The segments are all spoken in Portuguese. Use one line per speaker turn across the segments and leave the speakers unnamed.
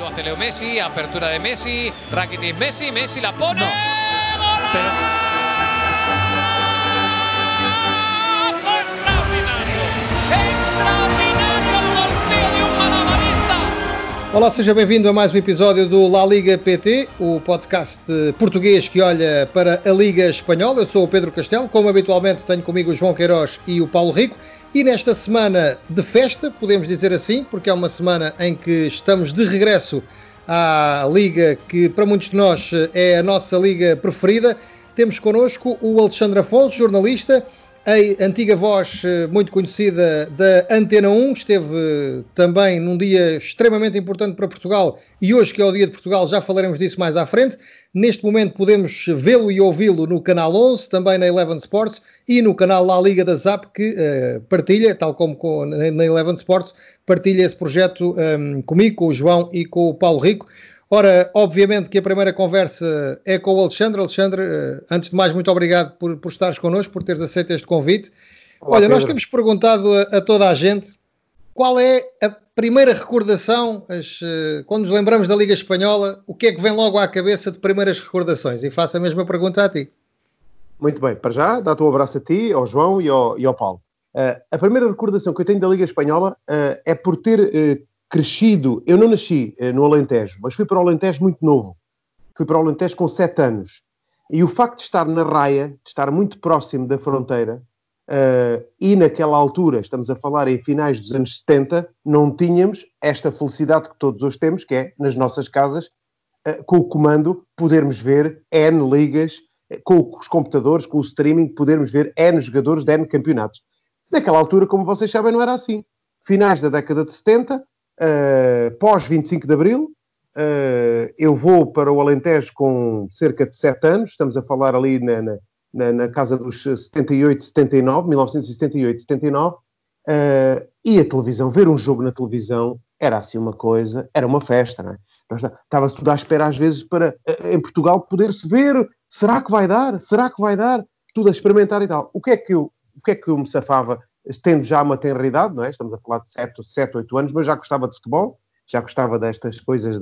hace Leo Messi, apertura de Messi, Rakitic Messi, Messi la pone.
No. Pero...
Olá, seja bem-vindo a mais um episódio do La Liga PT, o podcast português que olha para a Liga Espanhola. Eu sou o Pedro Castelo, como habitualmente tenho comigo o João Queiroz e o Paulo Rico. E nesta semana de festa, podemos dizer assim, porque é uma semana em que estamos de regresso à Liga que para muitos de nós é a nossa Liga preferida. Temos connosco o Alexandre Afonso, jornalista, a antiga voz muito conhecida da Antena 1, esteve também num dia extremamente importante para Portugal e hoje, que é o dia de Portugal, já falaremos disso mais à frente. Neste momento podemos vê-lo e ouvi-lo no canal 11, também na Eleven Sports e no canal La Liga da Zap, que partilha, tal como na Eleven Sports, partilha esse projeto comigo, com o João e com o Paulo Rico. Ora, obviamente que a primeira conversa é com o Alexandre. Alexandre, antes de mais, muito obrigado por estares connosco, por teres aceito este convite.
Olá,
olha,
Pedro.
Nós temos perguntado a toda a gente qual é a primeira recordação, quando nos lembramos da Liga Espanhola, o que é que vem logo à cabeça de primeiras recordações? E faço a mesma pergunta a ti.
Muito bem, para já, dá-te um abraço a ti, ao João e ao Paulo. A primeira recordação que eu tenho da Liga Espanhola é por ter crescido. Eu não nasci no Alentejo, mas fui para o Alentejo muito novo. Fui para o Alentejo com 7 anos. E o facto de estar na raia, de estar muito próximo da fronteira, e naquela altura, estamos a falar em finais dos anos 70, não tínhamos esta felicidade que todos hoje temos, que é, nas nossas casas, com o comando, podermos ver N ligas, com os computadores, com o streaming, podermos ver N jogadores de N campeonatos. Naquela altura, como vocês sabem, não era assim. Finais da década de 70, pós 25 de Abril, eu vou para o Alentejo com cerca de 7 anos, estamos a falar ali na casa dos 78, 79, 1978, 79, e a televisão, ver um jogo na televisão era assim uma coisa, era uma festa, não é? Estava-se tudo à espera às vezes para, em Portugal, poder-se ver, será que vai dar? Será que vai dar? Tudo a experimentar e tal. O que é que eu me safava, tendo já uma tenra idade, não é? Estamos a falar de 7, 8 anos, mas já gostava de futebol, já gostava destas coisas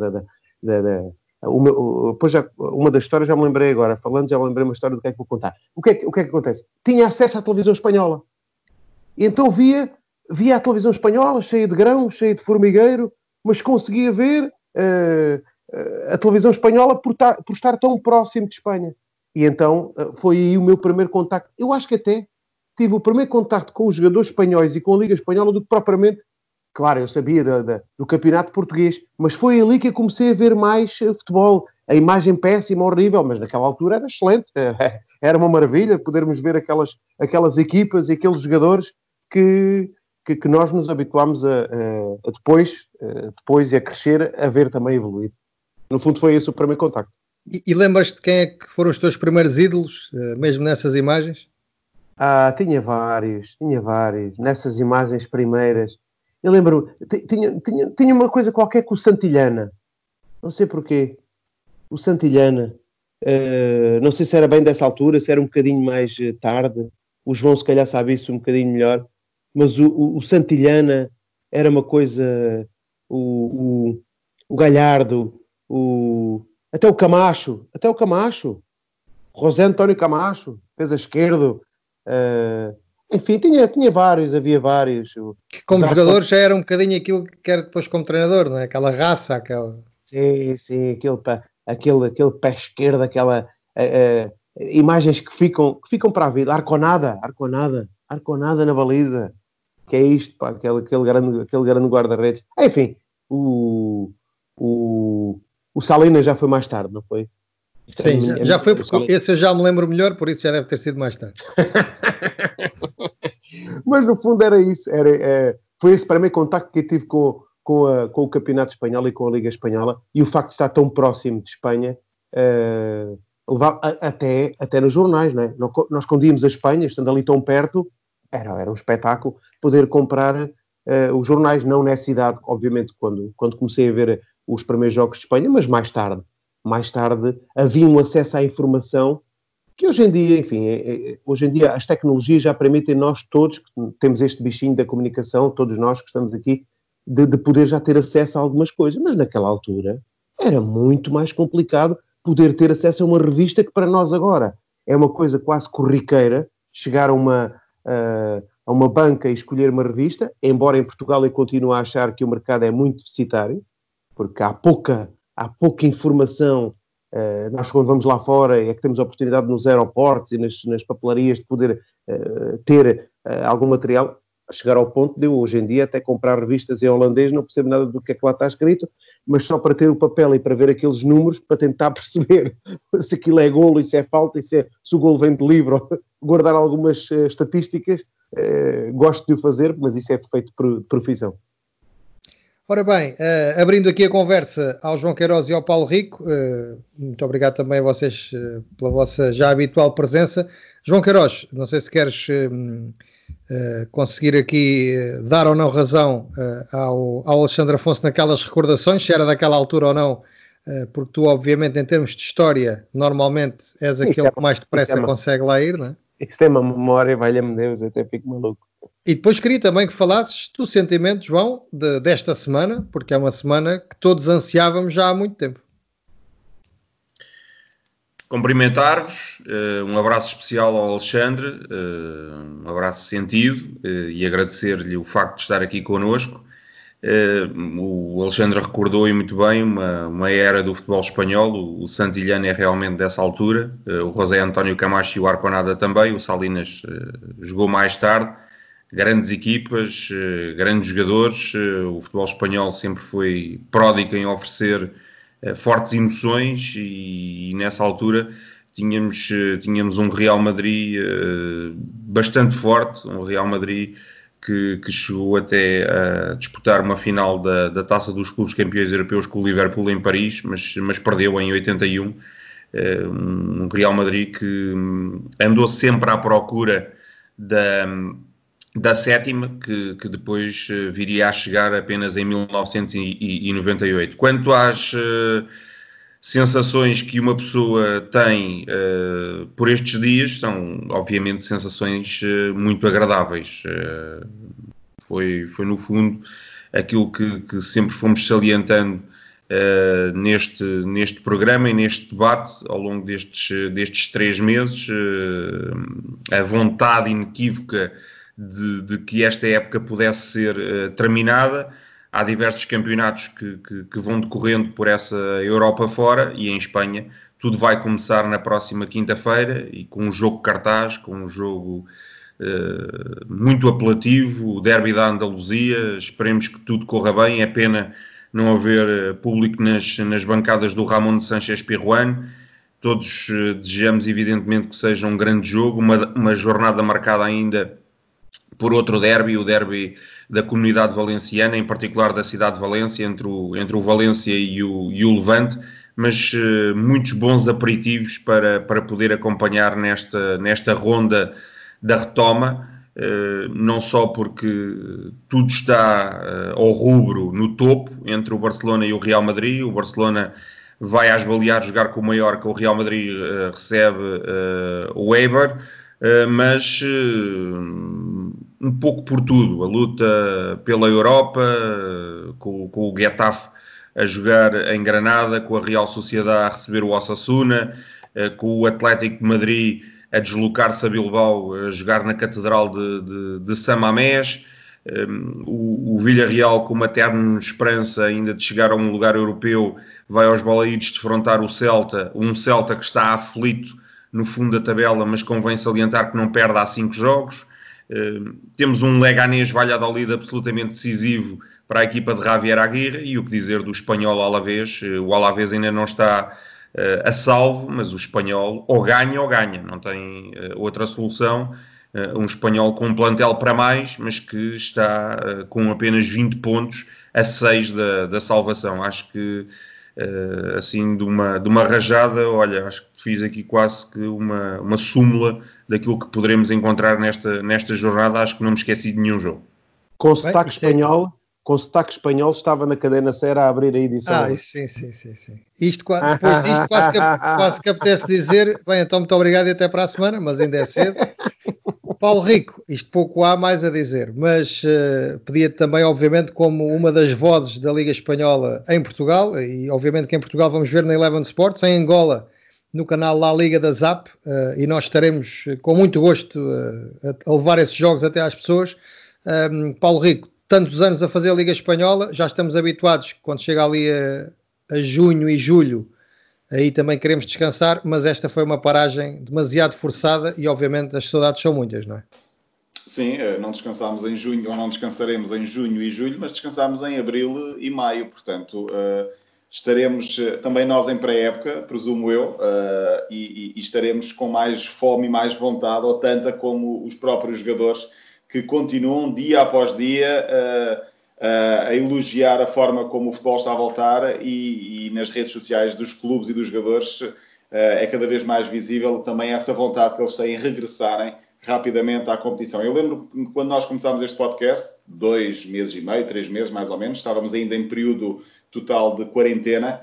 depois uma das histórias já me lembrei agora, falando já me lembrei uma história do que é que vou contar. O que é que acontece? Tinha acesso à televisão espanhola. E então via a televisão espanhola, cheia de grão, cheia de formigueiro, mas conseguia ver a televisão espanhola por estar tão próximo de Espanha. E então foi aí o meu primeiro contacto. Eu acho que até tive o primeiro contacto com os jogadores espanhóis e com a Liga Espanhola do que propriamente. Claro, eu sabia do campeonato português, mas foi ali que eu comecei a ver mais futebol. A imagem péssima, horrível, mas naquela altura era excelente. Era uma maravilha podermos ver aquelas equipas e aqueles jogadores que nós nos habituámos a depois e a crescer, a ver também evoluir. No fundo foi esse o primeiro contacto.
E lembras-te de quem é que foram os teus primeiros ídolos, mesmo nessas imagens?
Tinha vários. Nessas imagens primeiras. Eu lembro, tinha uma coisa qualquer com o Santillana. Não sei porquê. O Santillana. Não sei se era bem dessa altura, se era um bocadinho mais tarde. O João se calhar sabe isso um bocadinho melhor. Mas o Santillana era uma coisa... O Galhardo. Até o Camacho. José António Camacho. Defesa esquerdo. Enfim, tinha vários, havia vários.
Que como jogador já era um bocadinho aquilo que era depois como treinador, não é? Aquela raça, aquela...
Sim, aquele pé esquerdo, imagens que ficam para a vida. Arconada na baliza. Que é isto, pá, aquele grande guarda-redes. Enfim, o Salinas já foi mais tarde, não foi?
Sim, já foi, porque esse eu já me lembro melhor, por isso já deve ter sido mais tarde.
Mas no fundo era isso, foi esse primeiro contacto que eu tive com o Campeonato Espanhol e com a Liga Espanhola, e o facto de estar tão próximo de Espanha levava até nos jornais, não é? Nós quando íamos a Espanha, estando ali tão perto, era um espetáculo poder comprar os jornais, não nessa idade, obviamente, quando comecei a ver os primeiros jogos de Espanha, mas mais tarde havia um acesso à informação que hoje em dia, enfim, as tecnologias já permitem nós todos, que temos este bichinho da comunicação, todos nós que estamos aqui, de poder já ter acesso a algumas coisas, mas naquela altura era muito mais complicado poder ter acesso a uma revista que para nós agora é uma coisa quase corriqueira, chegar a uma banca e escolher uma revista, embora em Portugal eu continue a achar que o mercado é muito deficitário, porque há pouca informação. Nós quando vamos lá fora é que temos a oportunidade nos aeroportos e nas papelarias de poder ter algum material. A chegar ao ponto de eu hoje em dia até comprar revistas em holandês, não percebo nada do que é que lá está escrito, mas só para ter o papel e para ver aqueles números, para tentar perceber se aquilo é golo e se é falta e se o golo vem de livro, guardar algumas estatísticas, gosto de o fazer, mas isso é defeito de profissão.
Ora bem, abrindo aqui a conversa ao João Queiroz e ao Paulo Rico, muito obrigado também a vocês pela vossa já habitual presença. João Queiroz, não sei se queres conseguir aqui dar ou não razão ao Alexandre Afonso naquelas recordações, se era daquela altura ou não, porque tu obviamente em termos de história normalmente és aquele que mais depressa consegue lá ir, não é?
Isso tem uma memória, valha-me Deus, até fico maluco.
E depois queria também que falasses do sentimento, João, desta semana, porque é uma semana que todos ansiávamos já há muito tempo.
Cumprimentar-vos, um abraço especial ao Alexandre, um abraço sentido e agradecer-lhe o facto de estar aqui connosco. O Alexandre recordou e muito bem uma era do futebol espanhol, o Santillana é realmente dessa altura, o José António Camacho e o Arconada também, o Salinas jogou mais tarde, grandes equipas, grandes jogadores, o futebol espanhol sempre foi pródigo em oferecer fortes emoções e nessa altura tínhamos um Real Madrid bastante forte, um Real Madrid que chegou até a disputar uma final da Taça dos Clubes Campeões Europeus com o Liverpool em Paris, mas perdeu em 81, um Real Madrid que andou sempre à procura da sétima, que depois viria a chegar apenas em 1998. Quanto às sensações que uma pessoa tem por estes dias, são obviamente sensações muito agradáveis. Foi no fundo aquilo que sempre fomos salientando neste programa e neste debate ao longo destes 3 meses, a vontade inequívoca de que esta época pudesse ser terminada. Há diversos campeonatos que vão decorrendo por essa Europa fora e em Espanha. Tudo vai começar na próxima quinta-feira e com um jogo cartaz, com um jogo muito apelativo, o Derby da Andaluzia. Esperemos que tudo corra bem. É pena não haver público nas bancadas do Ramón Sánchez Pizjuán. Todos desejamos evidentemente que seja um grande jogo, uma jornada marcada ainda por outro derby, o derby da comunidade valenciana, em particular da cidade de Valência, entre o Valência e o Levante, mas muitos bons aperitivos para poder acompanhar nesta ronda da retoma, não só porque tudo está ao rubro no topo, entre o Barcelona e o Real Madrid. O Barcelona vai às Baleares jogar com o Mallorca, o Real Madrid recebe o Eibar, mas um pouco por tudo, a luta pela Europa, com o Getafe a jogar em Granada, com a Real Sociedade a receber o Osasuna, com o Atlético de Madrid a deslocar-se a Bilbao, a jogar na Catedral de San Mamés, o Villarreal com uma eterna esperança ainda de chegar a um lugar europeu, vai aos Balaídos defrontar o Celta, um Celta que está aflito no fundo da tabela, mas convém salientar que não perde há 5 jogos. Temos um Leganés Valladolid absolutamente decisivo para a equipa de Javier Aguirre, e o que dizer do Espanhol Alavés. O Alavés ainda não está a salvo, mas o Espanhol ou ganha, não tem outra solução. Um Espanhol com um plantel para mais, mas que está com apenas 20 pontos a 6 da salvação. Acho que assim de uma rajada, olha, acho que fiz aqui quase que uma súmula daquilo que poderemos encontrar nesta jornada. Acho que não me esqueci de nenhum jogo.
Com sotaque espanhol, estava na cadena SER a abrir a edição.
Sim. Isto, depois disto quase que apetece dizer, bem, então muito obrigado e até para a semana, mas ainda é cedo. Paulo Rico, isto pouco há mais a dizer, mas pedia-te também, obviamente, como uma das vozes da Liga Espanhola em Portugal, e obviamente que em Portugal vamos ver na Eleven Sports, em Angola, no canal La Liga da Zap, e nós estaremos com muito gosto a levar esses jogos até às pessoas. Paulo Rico, tantos anos a fazer a Liga Espanhola, já estamos habituados, quando chega ali a junho e julho, aí também queremos descansar, mas esta foi uma paragem demasiado forçada e obviamente as saudades são muitas, não é?
Sim, não descansámos em junho, ou não descansaremos em junho e julho, mas descansámos em abril e maio, portanto estaremos também nós em pré-época, presumo eu, e estaremos com mais fome e mais vontade, ou tanta como os próprios jogadores, que continuam dia após dia a elogiar a forma como o futebol está a voltar, e nas redes sociais dos clubes e dos jogadores é cada vez mais visível também essa vontade que eles têm em regressarem rapidamente à competição. Eu lembro que quando nós começámos este podcast, 2 meses e meio, 3 meses mais ou menos, estávamos ainda em período total de quarentena,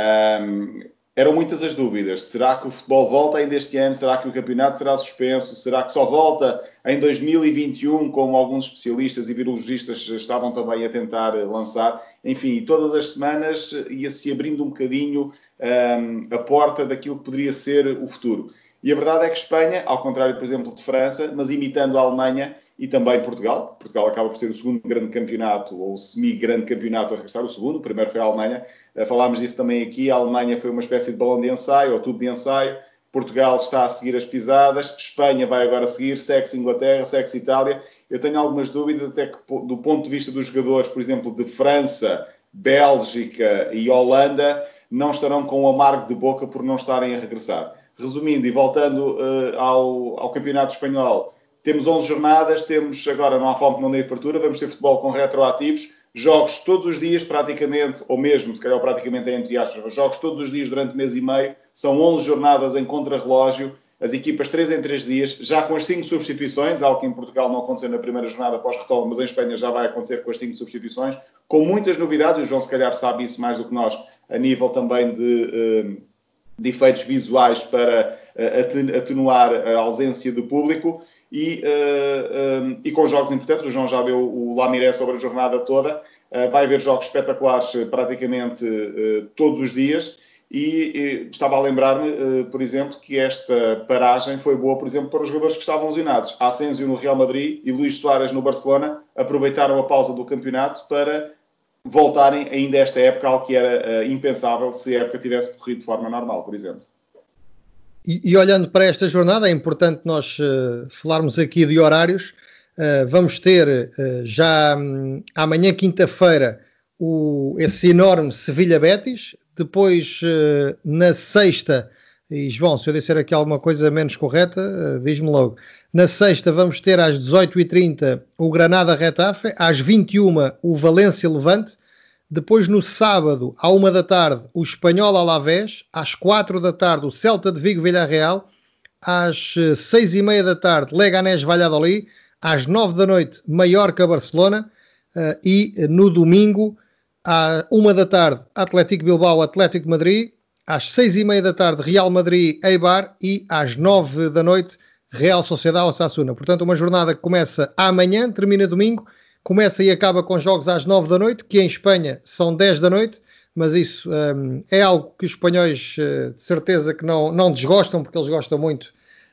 eram muitas as dúvidas. Será que o futebol volta ainda este ano? Será que o campeonato será suspenso? Será que só volta em 2021, como alguns especialistas e virologistas estavam também a tentar lançar? Enfim, todas as semanas ia-se abrindo um bocadinho a porta daquilo que poderia ser o futuro. E a verdade é que Espanha, ao contrário, por exemplo, de França, mas imitando a Alemanha e também Portugal acaba por ser o segundo grande campeonato, ou semi-grande campeonato a regressar, o segundo, o primeiro foi a Alemanha. Falámos disso também aqui, a Alemanha foi uma espécie de balão de ensaio, ou tubo de ensaio. Portugal está a seguir as pisadas, Espanha vai agora seguir, segue-se Inglaterra, segue-se Itália. Eu tenho algumas dúvidas, até que do ponto de vista dos jogadores, por exemplo, de França, Bélgica e Holanda, não estarão com um amargo de boca por não estarem a regressar. Resumindo e voltando ao Campeonato Espanhol, temos 11 jornadas, temos agora, não há fome, não dê fartura, vamos ter futebol com retroativos, jogos todos os dias praticamente, ou mesmo, se calhar praticamente é entre aspas, jogos todos os dias durante mês e meio, são 11 jornadas em contrarrelógio, as equipas 3 em 3 dias, já com as 5 substituições, algo que em Portugal não aconteceu na primeira jornada pós-retoma, mas em Espanha já vai acontecer com as 5 substituições, com muitas novidades, e o João se calhar sabe isso mais do que nós, a nível também de efeitos visuais para atenuar a ausência de público, e com jogos importantes. O João já deu o lamiré sobre a jornada toda, vai haver jogos espetaculares praticamente todos os dias, e estava a lembrar-me, por exemplo, que esta paragem foi boa, por exemplo, para os jogadores que estavam lesionados. Asensio no Real Madrid e Luís Soares no Barcelona aproveitaram a pausa do campeonato para voltarem ainda a esta época, algo que era impensável se a época tivesse decorrido de forma normal, por exemplo.
E olhando para esta jornada, é importante nós falarmos aqui de horários. Vamos ter já amanhã, quinta-feira, esse enorme Sevilha-Betis. Depois, na sexta, e João, se eu disser aqui alguma coisa menos correta, diz-me logo. Na sexta vamos ter às 18h30 o Granada-Retafe, às 21h o Valência-Levante. Depois, no sábado, à 1 da tarde, o Espanhol-Alavés. Às 4 da tarde, o Celta de Vigo-Villarreal. Às 6h30 da tarde, Leganés-Valladolid. Às 9 da noite, Mallorca-Barcelona. E no domingo, à 1 da tarde, Atlético Bilbao-Atlético de Madrid. Às 6h30 da tarde, Real Madrid-Eibar. E às 9 da noite, Real Sociedade-Osasuna. Portanto, uma jornada que começa amanhã, termina domingo. Começa e acaba com jogos às 9 da noite, que em Espanha são 10 da noite, mas isso é algo que os espanhóis de certeza que não desgostam, porque eles gostam muito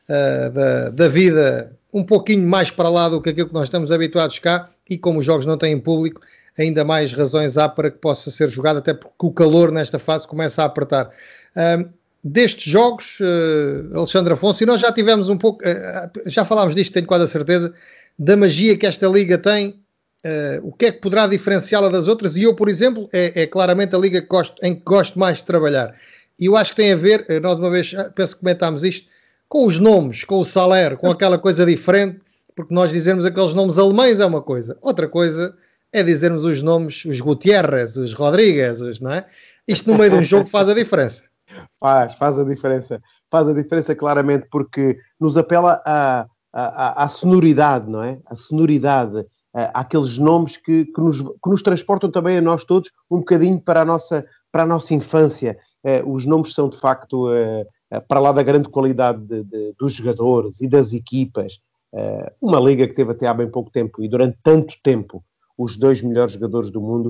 da vida um pouquinho mais para lá do que aquilo que nós estamos habituados cá, e como os jogos não têm público, ainda mais razões há para que possa ser jogado, até porque o calor nesta fase começa a apertar. Destes jogos, Alexandre Afonso, e nós já tivemos um pouco, já falámos disto, tenho quase a certeza, da magia que esta liga tem. O que é que poderá diferenciá-la das outras? E eu, por exemplo, é claramente a liga em que gosto mais de trabalhar. E eu acho que tem a ver, nós uma vez, penso que comentámos isto, com os nomes, com o salário, com aquela coisa diferente, porque nós dizermos aqueles nomes alemães é uma coisa. Outra coisa é dizermos os nomes, os Gutierrez, os Rodrigues, não é? Isto no meio de um jogo faz a diferença.
Faz a diferença. Faz a diferença claramente, porque nos apela à sonoridade, não é? A sonoridade. Aqueles nomes que nos transportam também a nós todos um bocadinho para a nossa infância. Os nomes são, de facto, para lá da grande qualidade dos jogadores e das equipas. Uma liga que teve até há bem pouco tempo e durante tanto tempo os 2 melhores jogadores do mundo.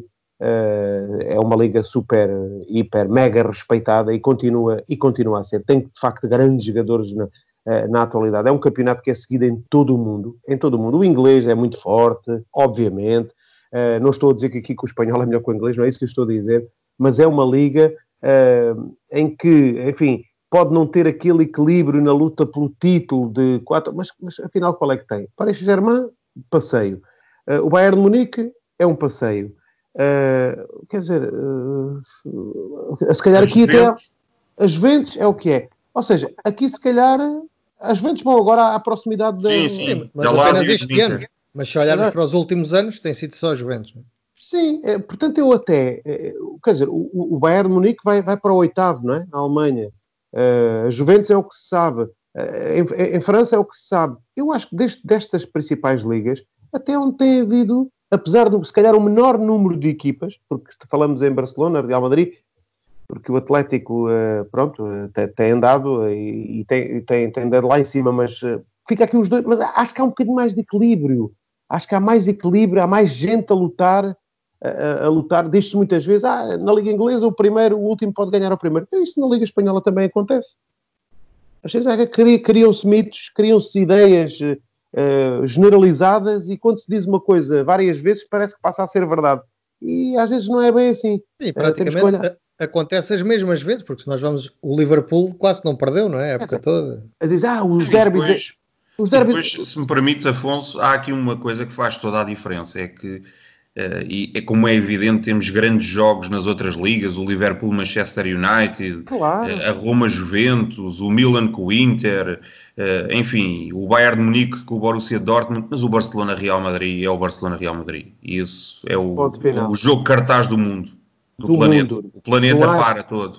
É uma liga super, hiper, mega respeitada e continua a ser. Tem, de facto, grandes jogadores na atualidade. É um campeonato que é seguido em todo o mundo. O inglês é muito forte, obviamente. Não estou a dizer que aqui que o espanhol é melhor que o inglês, não é isso que eu estou a dizer. Mas é uma liga em que, enfim, pode não ter aquele equilíbrio na luta pelo título de 4... Mas afinal, qual é que tem? Paris Saint-Germain, passeio. O Bayern de Munique é um passeio. Quer dizer, se calhar aqui até as Juventus é o que é. Ou seja, aqui se calhar as Juventus vão agora à proximidade da...
Sim.
Mas apenas este ano. Mas se olharmos para os últimos anos, tem sido só as Juventus.
Sim, portanto eu até... Quer dizer, o Bayern de Munique vai para o 8º, não é? Na Alemanha. A Juventus é o que se sabe. Em França é o que se sabe. Eu acho que destas principais ligas, até onde tem havido... Apesar de, se calhar, um menor número de equipas, porque falamos em Barcelona, Real Madrid, porque o Atlético, tem andado e tem andado lá em cima, mas fica aqui os dois. Mas acho que há um bocadinho mais de equilíbrio. Acho que há mais equilíbrio, há mais gente a lutar. Diz-se muitas vezes, na Liga Inglesa o último pode ganhar o primeiro. Então, isso na Liga Espanhola também acontece. Às vezes criam-se mitos, criam-se ideias... generalizadas, e quando se diz uma coisa várias vezes parece que passa a ser verdade, e às vezes não é bem assim.
E praticamente acontece as mesmas vezes, porque se nós vamos, o Liverpool quase não perdeu, não é? A época toda.
A dizer, os derbys...
Depois, se me permites, Afonso, há aqui uma coisa que faz toda a diferença, é que e como é evidente, temos grandes jogos nas outras ligas, o Liverpool, Manchester United,
claro.
A Roma, Juventus, o Milan com o Inter, enfim, o Bayern de Munique com o Borussia Dortmund, mas o Barcelona Real Madrid é o Barcelona Real Madrid, e isso é o jogo cartaz do mundo, do planeta. O planeta para todo.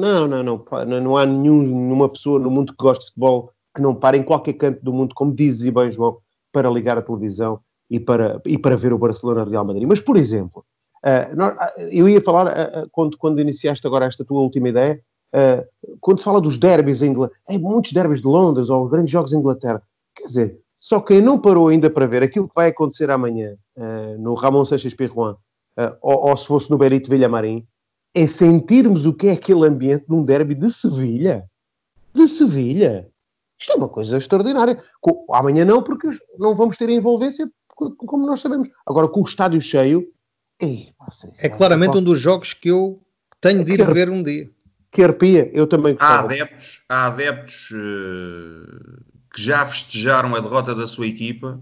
Não há nenhuma pessoa no mundo que goste de futebol que não pare em qualquer canto do mundo, como dizes e bem, João, para ligar a televisão e para ver o Barcelona Real Madrid. Mas, por exemplo, eu ia falar, quando iniciaste agora esta tua última ideia, quando se fala dos derbys em Inglaterra, muitos derbys de Londres, ou grandes jogos em Inglaterra, quer dizer, só quem não parou ainda para ver aquilo que vai acontecer amanhã no Ramon Seixas-Pizjuán, ou se fosse no Benito Villamarín, é sentirmos o que é aquele ambiente num derby de Sevilha. De Sevilha. Isto é uma coisa extraordinária. Amanhã não, porque não vamos ter a envolvência, como nós sabemos. Agora, com o estádio cheio...
é claramente um dos jogos que eu tenho de ir ver um dia.
Que arrepia, eu também gostava.
Há adeptos que já festejaram a derrota da sua equipa,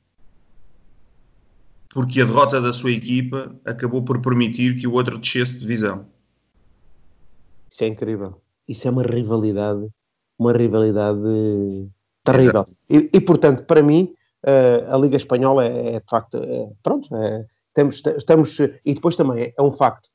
porque a derrota da sua equipa acabou por permitir que o outro descesse de divisão.
Isso é incrível. Isso é uma rivalidade terrível. E portanto, para mim, a Liga Espanhola é de facto... estamos... E depois também é um facto.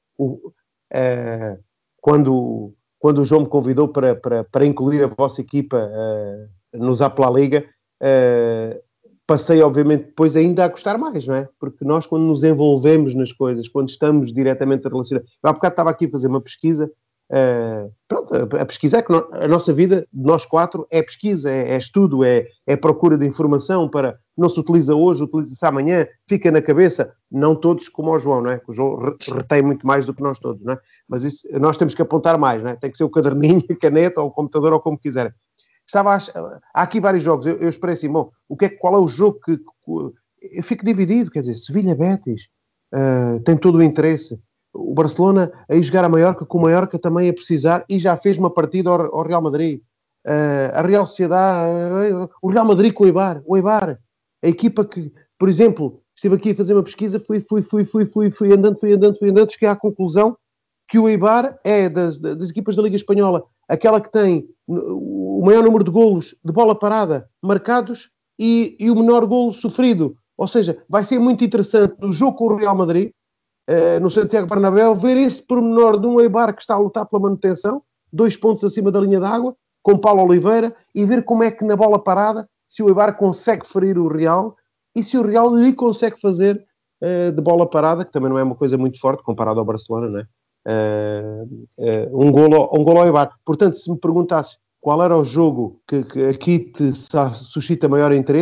Quando o João me convidou para incluir a vossa equipa no Zap La Liga, passei, obviamente, depois ainda a gostar mais, não é? Porque nós, quando nos envolvemos nas coisas, quando estamos diretamente relacionados... Há bocado estava aqui a fazer uma pesquisa. A pesquisa é que a nossa vida, nós quatro, é pesquisa, é estudo, é procura de informação para... Não se utiliza hoje, utiliza-se amanhã, fica na cabeça. Não todos como o João, não é? O João retém muito mais do que nós todos, não é? Mas isso, nós temos que apontar mais, não é? Tem que ser o caderninho, a caneta ou o computador ou como quiserem. Há aqui vários jogos. Eu esperei assim, bom, qual é o jogo que... Eu fico dividido, quer dizer, Sevilha-Betis tem todo o interesse. O Barcelona a ir jogar a Mallorca, com o Mallorca também a precisar, e já fez uma partida ao Real Madrid. A Real Sociedade, o Real Madrid com o Eibar, a equipa que, por exemplo, estive aqui a fazer uma pesquisa, fui andando, cheguei à conclusão que o Eibar é das equipas da Liga Espanhola aquela que tem o maior número de golos de bola parada marcados e o menor golo sofrido. Ou seja, vai ser muito interessante no jogo com o Real Madrid, no Santiago Bernabéu, ver esse pormenor de um Eibar que está a lutar pela manutenção, 2 pontos acima da linha d'água, com Paulo Oliveira, e ver como é que na bola parada, se o Eibar consegue ferir o Real, e se o Real lhe consegue fazer de bola parada, que também não é uma coisa muito forte, comparado ao Barcelona, não é? Um golo ao Eibar. Portanto, se me perguntasse qual era o jogo que aqui te suscita maior interesse,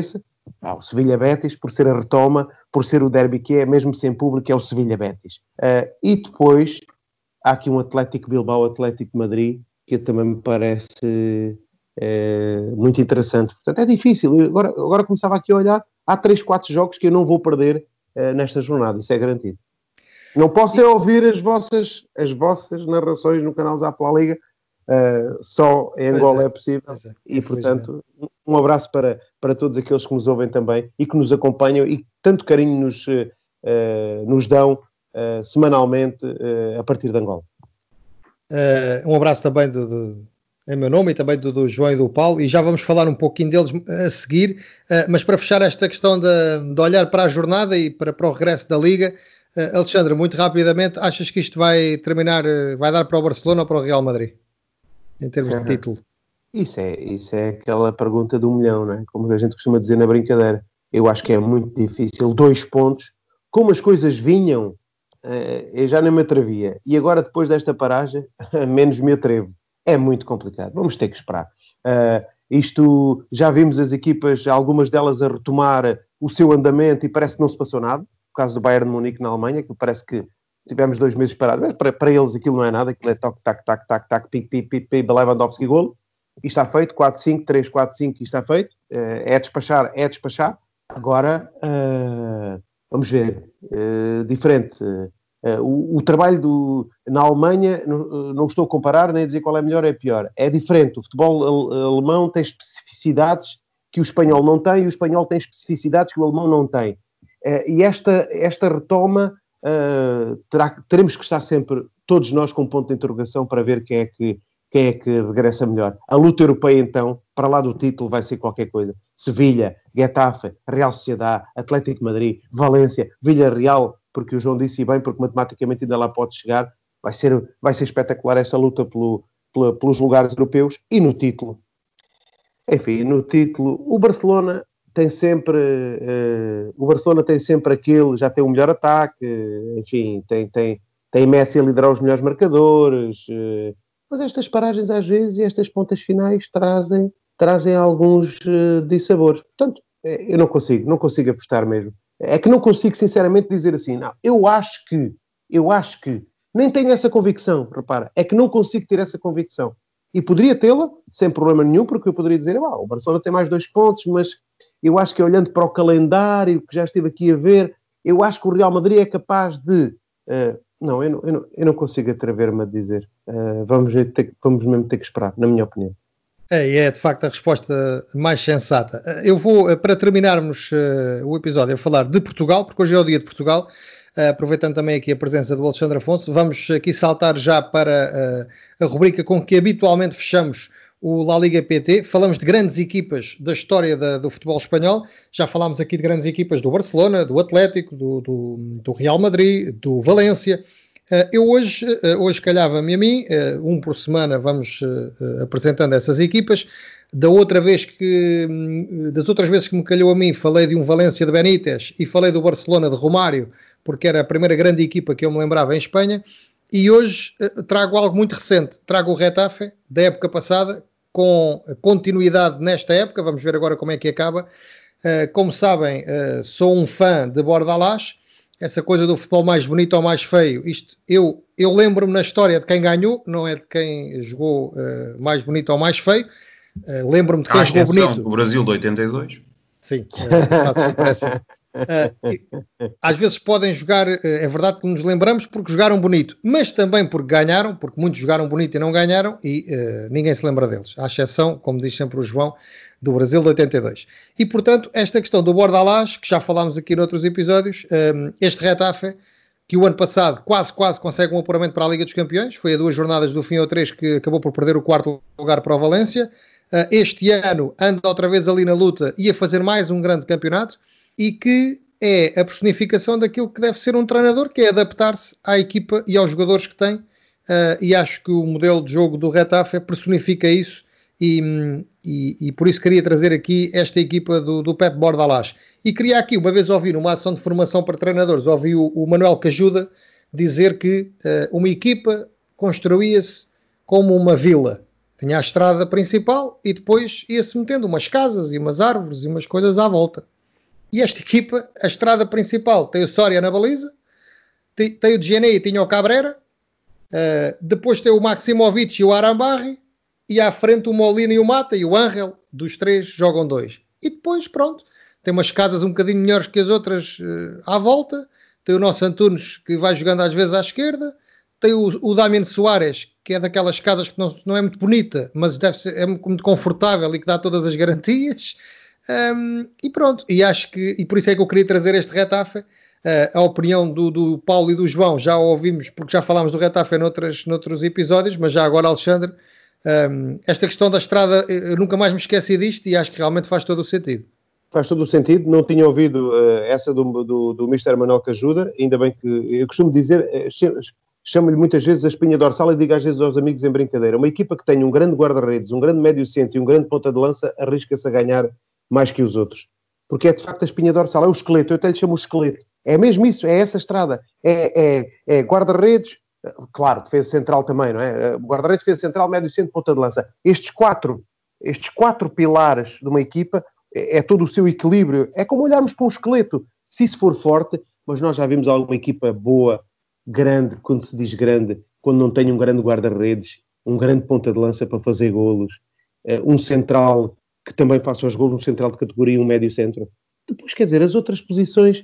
O Sevilha-Betis, por ser a retoma, por ser o derby que é, mesmo sem público, é o Sevilha-Betis. E depois há aqui um Atlético Bilbao, Atlético Madrid, que também me parece muito interessante. Portanto, é difícil. Agora começava aqui a olhar, há 3, 4 jogos que eu não vou perder nesta jornada, isso é garantido. Não posso ouvir as vossas narrações no canal Zap La Liga, só em Angola é possível. E, portanto, um abraço para todos aqueles que nos ouvem também e que nos acompanham e que tanto carinho nos dão semanalmente a partir de Angola.
Um abraço também em meu nome e também do João e do Paulo, e já vamos falar um pouquinho deles a seguir, mas para fechar esta questão de olhar para a jornada e para o regresso da Liga, Alexandre, muito rapidamente, achas que isto vai terminar, vai dar para o Barcelona ou para o Real Madrid, em termos de título?
Isso é aquela pergunta do milhão, não é? Como a gente costuma dizer na brincadeira. Eu acho que é muito difícil, 2 pontos, como as coisas vinham, eu já nem me atrevia, e agora depois desta paragem, menos me atrevo. É muito complicado, vamos ter que esperar. Isto, já vimos as equipas, algumas delas a retomar o seu andamento e parece que não se passou nada. O caso do Bayern de Munique na Alemanha, que parece que tivemos 2 meses parados, mas para eles aquilo não é nada, aquilo é toque, tac, tac, tac, tac, pic, pic, pic, pic, Lewandowski, golo, e está feito, 4-5, 3-4-5, e está feito, é despachar. Agora, vamos ver, diferente. O trabalho na Alemanha, não estou a comparar, nem a dizer qual é melhor ou é pior, é diferente. O futebol alemão tem especificidades que o espanhol não tem, e o espanhol tem especificidades que o alemão não tem. E esta retoma, teremos que estar sempre, todos nós, com um ponto de interrogação para ver quem é que regressa melhor. A luta europeia, então, para lá do título, vai ser qualquer coisa. Sevilha, Getafe, Real Sociedade, Atlético de Madrid, Valência, Villarreal, porque o João disse bem, porque matematicamente ainda lá pode chegar. Vai ser espetacular esta luta pelos lugares europeus. E no título, enfim, o Barcelona tem sempre aquele, já tem o melhor ataque, enfim, tem Messi a liderar os melhores marcadores, mas estas paragens às vezes e estas pontas finais trazem alguns dissabores. Portanto, eu não consigo apostar mesmo. É que não consigo sinceramente dizer assim, não, eu acho que, nem tenho essa convicção, repara, é que não consigo ter essa convicção. E poderia tê-la, sem problema nenhum, porque eu poderia dizer, o Barcelona tem mais 2 pontos, mas eu acho que olhando para o calendário, que já estive aqui a ver, eu acho que o Real Madrid é capaz de... Não, eu não consigo atrever-me a dizer. Vamos mesmo ter que esperar, na minha opinião.
É de facto a resposta mais sensata. Eu vou, para terminarmos o episódio, a falar de Portugal, porque hoje é o dia de Portugal, aproveitando também aqui a presença do Alexandre Afonso, vamos aqui saltar já para a rubrica com que habitualmente fechamos o La Liga PT. Falamos de grandes equipas da história do futebol espanhol, já falámos aqui de grandes equipas do Barcelona, do Atlético, do Real Madrid, do Valência. Eu hoje calhava-me a mim, um por semana vamos apresentando essas equipas. Das outras vezes que me calhou a mim, falei de um Valência de Benítez e falei do Barcelona de Romário, porque era a primeira grande equipa que eu me lembrava em Espanha. E hoje trago algo muito recente, trago o Getafe da época passada, com continuidade nesta época. Vamos ver agora como é que acaba. Como sabem, sou um fã de Bordalás. Essa coisa do futebol mais bonito ou mais feio, isto eu lembro-me na história de quem ganhou, não é de quem jogou mais bonito ou mais feio. Lembro-me de quem jogou bonito.
O Brasil de 82.
Sim, às vezes podem jogar, é verdade que nos lembramos porque jogaram bonito, mas também porque ganharam, porque muitos jogaram bonito e não ganharam, e ninguém se lembra deles, à exceção, como diz sempre o João, do Brasil de 82. E, portanto, esta questão do Bordalás, que já falámos aqui noutros episódios, este Getafe, que o ano passado quase consegue um apuramento para a Liga dos Campeões, foi a 2 jornadas do fim ou 3 que acabou por perder o 4º lugar para o Valência. Este ano anda outra vez ali na luta e a fazer mais um grande campeonato, e que é a personificação daquilo que deve ser um treinador, que é adaptar-se à equipa e aos jogadores que tem, e acho que o modelo de jogo do Getafe personifica isso. E por isso queria trazer aqui esta equipa do Pep Bordalás. E queria aqui, uma vez ouvir numa ação de formação para treinadores, ouvi o Manuel Cajuda dizer que uma equipa construía-se como uma vila. Tinha a estrada principal e depois ia-se metendo umas casas e umas árvores e umas coisas à volta. E esta equipa, a estrada principal, tem o Soria na baliza, tem o Gianni, tinha o Cabrera, depois tem o Maximovic e o Arambarri, e à frente o Molina e o Mata, e o Ángel, dos três jogam 2. E depois, pronto, tem umas casas um bocadinho melhores que as outras à volta, tem o nosso Antunes, que vai jogando às vezes à esquerda, tem o Damian Soares, que é daquelas casas que não é muito bonita, mas é muito confortável e que dá todas as garantias. E pronto, e por isso é que eu queria trazer este Getafe. A opinião do Paulo e do João já ouvimos, porque já falámos do Getafe noutros episódios, mas já agora, Alexandre, esta questão da estrada, eu nunca mais me esqueci disto e acho que realmente faz todo o sentido.
Faz todo o sentido, não tinha ouvido essa do Mr. Manuel Cajuda, ainda bem que, eu costumo dizer, chamo-lhe muitas vezes a espinha dorsal e digo às vezes aos amigos em brincadeira, uma equipa que tem um grande guarda-redes, um grande médio-centro e um grande ponta de lança, arrisca-se a ganhar mais que os outros. Porque é de facto a espinha dorsal, é o esqueleto, eu até lhe chamo o esqueleto. É mesmo isso, é essa estrada. É guarda-redes, claro, defesa central também, não é? Guarda-redes, defesa central, médio-centro, ponta de lança. Estes quatro pilares de uma equipa, é todo o seu equilíbrio. É como olharmos para um esqueleto. Se isso for forte, mas nós já vimos alguma equipa boa, grande, quando se diz grande, quando não tem um grande guarda-redes, um grande ponta de lança para fazer golos, um central que também faça os golos, um central de categoria, um médio-centro. Depois, quer dizer, as outras posições,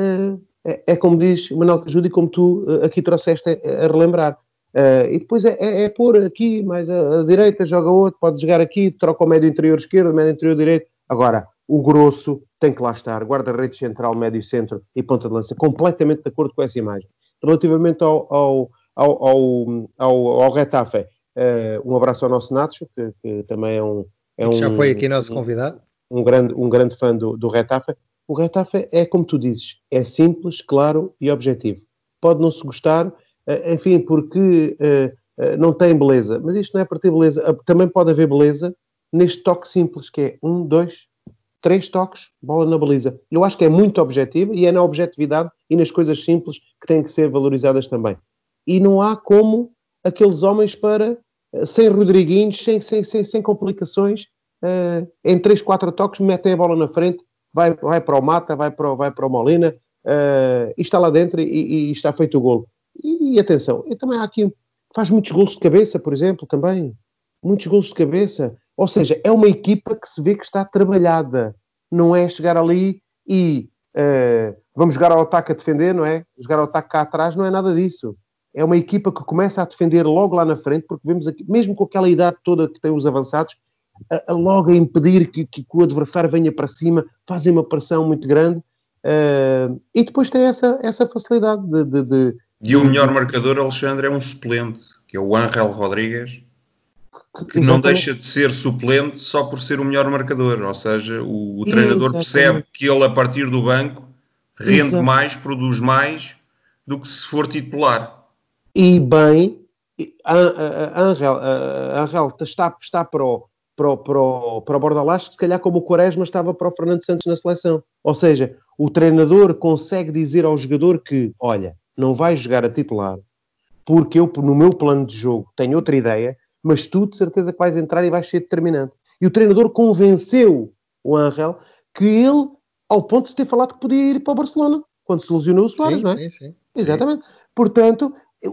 é como diz Manuel Cajuda e como tu aqui trouxeste a relembrar. E depois é pôr aqui, mais a direita, joga outro, pode jogar aqui, troca o médio interior esquerdo, médio interior direito. Agora, o grosso tem que lá estar, guarda-redes central, médio centro e ponta de lança, completamente de acordo com essa imagem. Relativamente ao Getafe, um abraço ao nosso Nacho, que também
já foi aqui nosso convidado.
Um grande fã do Getafe. O Getafe é, como tu dizes, é simples, claro e objetivo. Pode não se gostar, enfim, porque não tem beleza. Mas isto não é para ter beleza. Também pode haver beleza neste toque simples, que é 1, 2, 3 toques, bola na baliza. Eu acho que é muito objetivo e é na objetividade e nas coisas simples que têm que ser valorizadas também. E não há como aqueles homens sem Rodriguinhos, sem complicações, em 3, 4 toques, metem a bola na frente, vai para o Mata, vai para o Molina, e está lá dentro e está feito o golo. E atenção, e também há aqui, faz muitos golos de cabeça, por exemplo, também. Muitos golos de cabeça. Ou seja, é uma equipa que se vê que está trabalhada. Não é chegar ali e vamos jogar ao ataque a defender, não é? Jogar ao ataque cá atrás, não é nada disso. É uma equipa que começa a defender logo lá na frente, porque vemos aqui, mesmo com aquela idade toda que tem os avançados, logo a impedir que o adversário venha para cima, fazem uma pressão muito grande, e depois tem essa facilidade de...
E o melhor marcador, Alexandre, é um suplente, que é o Ángel Rodrigues, que não deixa de ser suplente só por ser o melhor marcador, ou seja, o treinador percebe que ele, a partir do banco, rende mais, produz mais do que se for titular.
E bem, Ángel está para o Bordalás, se calhar como o Quaresma estava para o Fernando Santos na seleção. Ou seja, o treinador consegue dizer ao jogador que, olha, não vais jogar a titular, porque eu, no meu plano de jogo, tenho outra ideia, mas tu, de certeza, que vais entrar e vais ser determinante. E o treinador convenceu o Ángel que ele, ao ponto de ter falado que podia ir para o Barcelona, quando se lesionou o Suárez, não é?
Sim.
Exatamente. Portanto,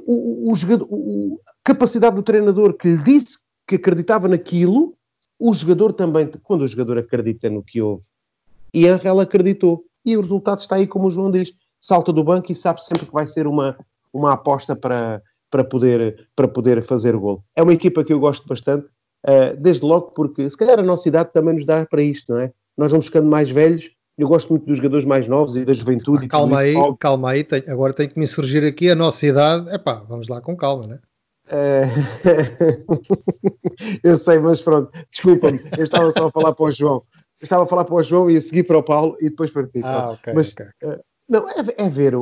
a capacidade do treinador que lhe disse que acreditava naquilo, o jogador também, quando o jogador acredita no que houve, e Ángel acreditou. E o resultado está aí, como o João diz, salta do banco e sabe sempre que vai ser uma aposta para poder fazer golo. É uma equipa que eu gosto bastante, desde logo porque, se calhar, a nossa idade também nos dá para isto, não é? Nós vamos ficando mais velhos. Eu gosto muito dos jogadores mais novos e da juventude.
Calma aí, agora tem que me surgir aqui a nossa idade. Vamos lá com calma, né?
Eu sei, mas pronto, desculpa-me, eu estava só a falar para o João. E a seguir para o Paulo e depois para ti.
Okay.
Não, é ver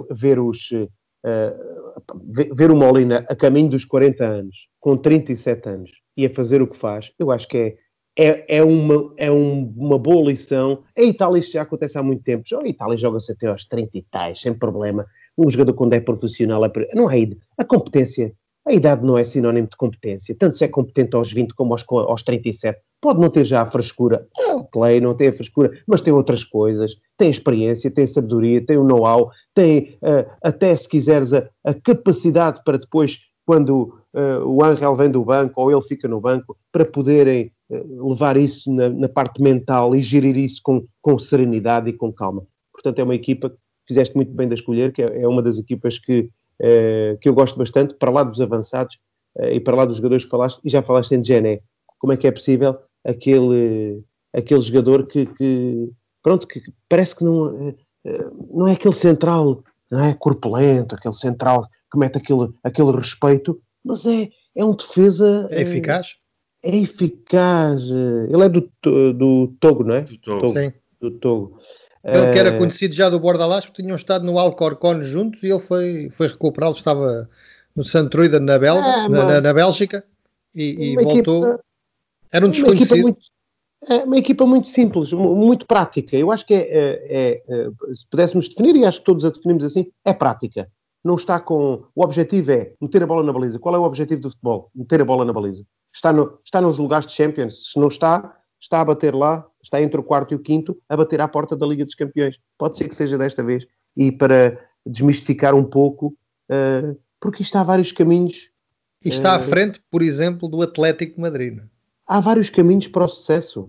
o Molina a caminho dos 40 anos, com 37 anos, e a fazer o que faz. Eu acho que é uma boa lição. A Itália isto já acontece há muito tempo. A Itália joga-se até aos 30 e tais, sem problema. Um jogador, quando é profissional, não é a competência. A idade não é sinónimo de competência. Tanto se é competente aos 20 como aos 37. Pode não ter já a frescura. O Clay não tem a frescura, mas tem outras coisas. Tem experiência, tem sabedoria, tem o know-how, tem até, se quiseres, a capacidade para depois, quando o Ángel vem do banco ou ele fica no banco, para poderem levar isso na parte mental e gerir isso com serenidade e com calma. Portanto, é uma equipa que fizeste muito bem de escolher, que é uma das equipas que eu gosto bastante, para lá dos avançados e para lá dos jogadores que falaste, e já falaste em Djené. Como é que é possível aquele jogador que parece que não é aquele central, não é corpulento, aquele central que mete aquele respeito, mas é um defesa...
É eficaz?
É eficaz. Ele é do Togo, não é?
Do Togo.
Sim.
Do Togo.
Ele que era conhecido já do Bordalás, porque tinham estado no Alcorcón juntos e ele foi recuperá-lo, estava no Santruida na Bélgica e voltou.
Equipa,
era um desconhecido.
Uma equipa muito simples, muito prática. Eu acho que se pudéssemos definir, e acho que todos a definimos assim, é prática. Não está com... O objetivo é meter a bola na baliza. Qual é o objetivo do futebol? Meter a bola na baliza. Está nos lugares de Champions. Se não está a bater lá, está entre o quarto e o quinto, a bater à porta da Liga dos Campeões. Pode ser que seja desta vez. E para desmistificar um pouco, porque isto há vários caminhos.
E está à frente, por exemplo, do Atlético de Madrid.
Há vários caminhos para o sucesso.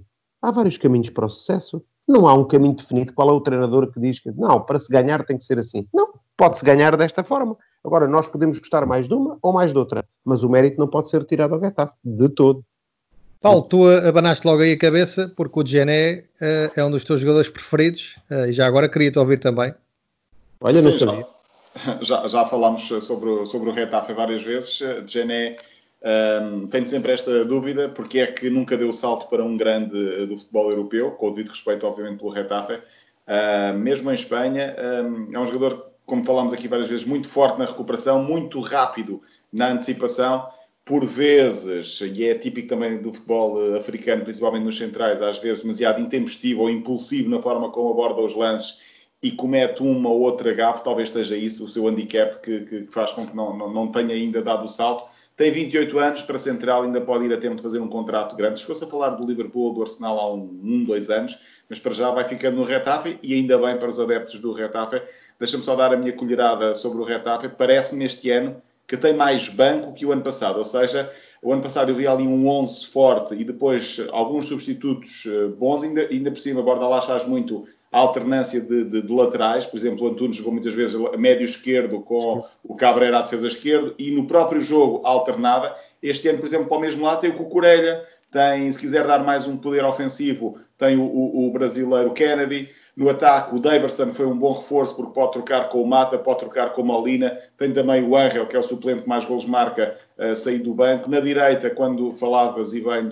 Não há um caminho definido. Qual é o treinador que diz que não, para se ganhar tem que ser assim? Não, pode-se ganhar desta forma. Agora, nós podemos gostar mais de uma ou mais de outra, mas o mérito não pode ser tirado ao Getafe, de todo.
Paulo, tu abanaste logo aí a cabeça, porque o Djené é um dos teus jogadores preferidos, e já agora queria-te ouvir também.
Olha, não sabia.
Já falámos sobre o Getafe várias vezes. Djené tenho sempre esta dúvida, porque é que nunca deu o salto para um grande do futebol europeu, com o devido respeito, obviamente, pelo Getafe. Mesmo em Espanha, é um jogador, como falámos aqui várias vezes, muito forte na recuperação, muito rápido na antecipação, por vezes, e é típico também do futebol africano, principalmente nos centrais, às vezes demasiado intempestivo ou impulsivo na forma como aborda os lances e comete uma ou outra gafe. Talvez seja isso o seu handicap que faz com que não tenha ainda dado o salto. Tem 28 anos, para central ainda pode ir a tempo de fazer um contrato grande. Chegou-se a falar do Liverpool, do Arsenal há 2 anos, mas para já vai ficando no Getafe, e ainda bem para os adeptos do Getafe. Deixa-me só dar a minha colherada sobre o Getafe. Parece-me este ano que tem mais banco que o ano passado. Ou seja, o ano passado eu vi ali um 11 forte e depois alguns substitutos bons. Ainda por cima, Bordalás faz muito a alternância de laterais. Por exemplo, o Antunes jogou muitas vezes a médio esquerdo com o Cabrera à defesa esquerda, e no próprio jogo alternava. Este ano, por exemplo, para o mesmo lado tem o Cucurella, tem, se quiser dar mais um poder ofensivo, tem o brasileiro Kennedy. No ataque, o Daverson foi um bom reforço, porque pode trocar com o Mata, pode trocar com o Molina. Tem também o Ángel, que é o suplente que mais golos marca, sair do banco. Na direita, quando falavas e bem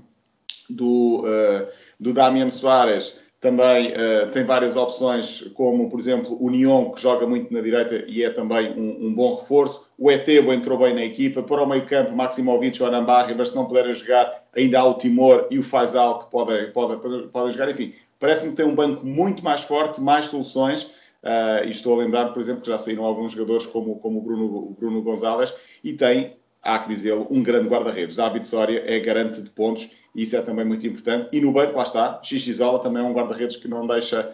do Damian Soares, também tem várias opções, como, por exemplo, o Nyon, que joga muito na direita e é também um bom reforço. O Etebo entrou bem na equipa. Para o meio-campo, Maximovic, o Anambarri, mas se não puderem jogar, ainda há o Timor e o Faisal, que podem jogar. Enfim, parece-me que tem um banco muito mais forte, mais soluções. E estou a lembrar, por exemplo, que já saíram alguns jogadores como o Bruno Gonzalez, e tem, há que dizê-lo, um grande guarda-redes. David Soria é garante de pontos, e isso é também muito importante. E no banco, lá está, Xixizola também é um guarda-redes que não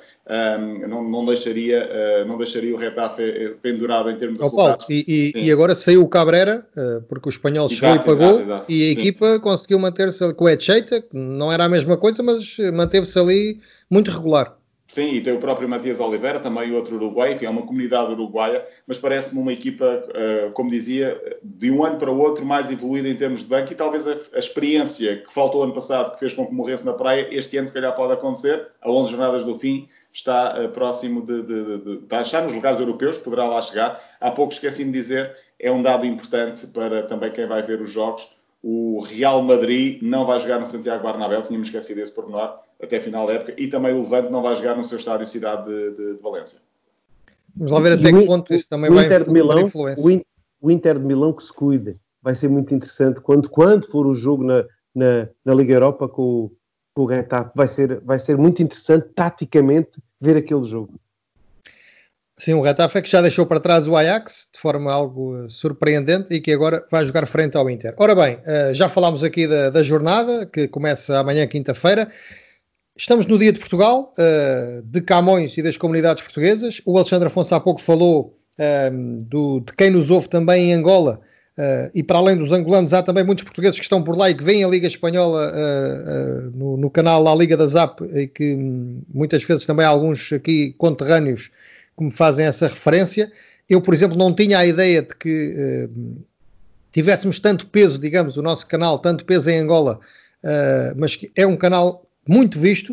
deixaria o Getafe pendurado em termos de resultados.
Paulo, e agora saiu o Cabrera, porque o espanhol chegou e pagou, e a equipa conseguiu manter-se com o Etcheita, que não era a mesma coisa, mas manteve-se ali muito regular.
Sim, e tem o próprio Matias Oliveira, também outro uruguaio, que é uma comunidade uruguaia, mas parece-me uma equipa, como dizia, de um ano para o outro mais evoluída em termos de banco, e talvez a experiência que faltou ano passado, que fez com que morresse na praia, este ano se calhar pode acontecer, a 11 jornadas do fim, está próximo está nos lugares europeus, poderá lá chegar. Há pouco esqueci-me de dizer, é um dado importante para também quem vai ver os jogos. O Real Madrid não vai jogar no Santiago Bernabéu, tínhamos esquecido esse pormenor, até final da época, e também o Levante não vai jogar no seu estádio Cidade de Valência.
Vamos lá ver até que ponto isso também vai ter influência.
O Inter de Milão que se cuida. Vai ser muito interessante quando for o jogo na Liga Europa com o Getafe. Vai ser muito interessante taticamente ver aquele jogo.
Sim, o Getafe é que já deixou para trás o Ajax de forma algo surpreendente e que agora vai jogar frente ao Inter. Ora bem, já falámos aqui da jornada que começa amanhã, quinta-feira. Estamos no Dia de Portugal, de Camões e das comunidades portuguesas. O Alexandre Afonso há pouco falou de quem nos ouve também em Angola. E para além dos angolanos, há também muitos portugueses que estão por lá e que veem a Liga Espanhola no canal La Liga da Zap e que muitas vezes também há alguns aqui conterrâneos que me fazem essa referência. Eu, por exemplo, não tinha a ideia de que tivéssemos tanto peso, digamos, o nosso canal, tanto peso em Angola, mas que é um canal muito visto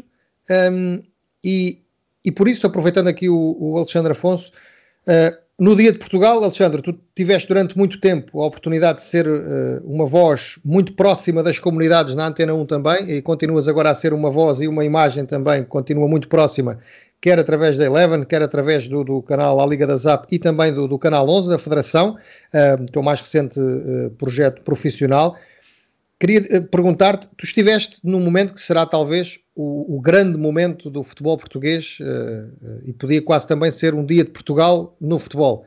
e por isso, aproveitando aqui o Alexandre Afonso, no Dia de Portugal, Alexandre, tu tiveste durante muito tempo a oportunidade de ser uma voz muito próxima das comunidades na Antena 1 também, e continuas agora a ser uma voz e uma imagem também que continua muito próxima, quer através da Eleven, quer através do canal A Liga da Zap e também do canal 11 da Federação, teu mais recente projeto profissional. Queria perguntar-te, tu estiveste num momento que será talvez o grande momento do futebol português e podia quase também ser um dia de Portugal no futebol.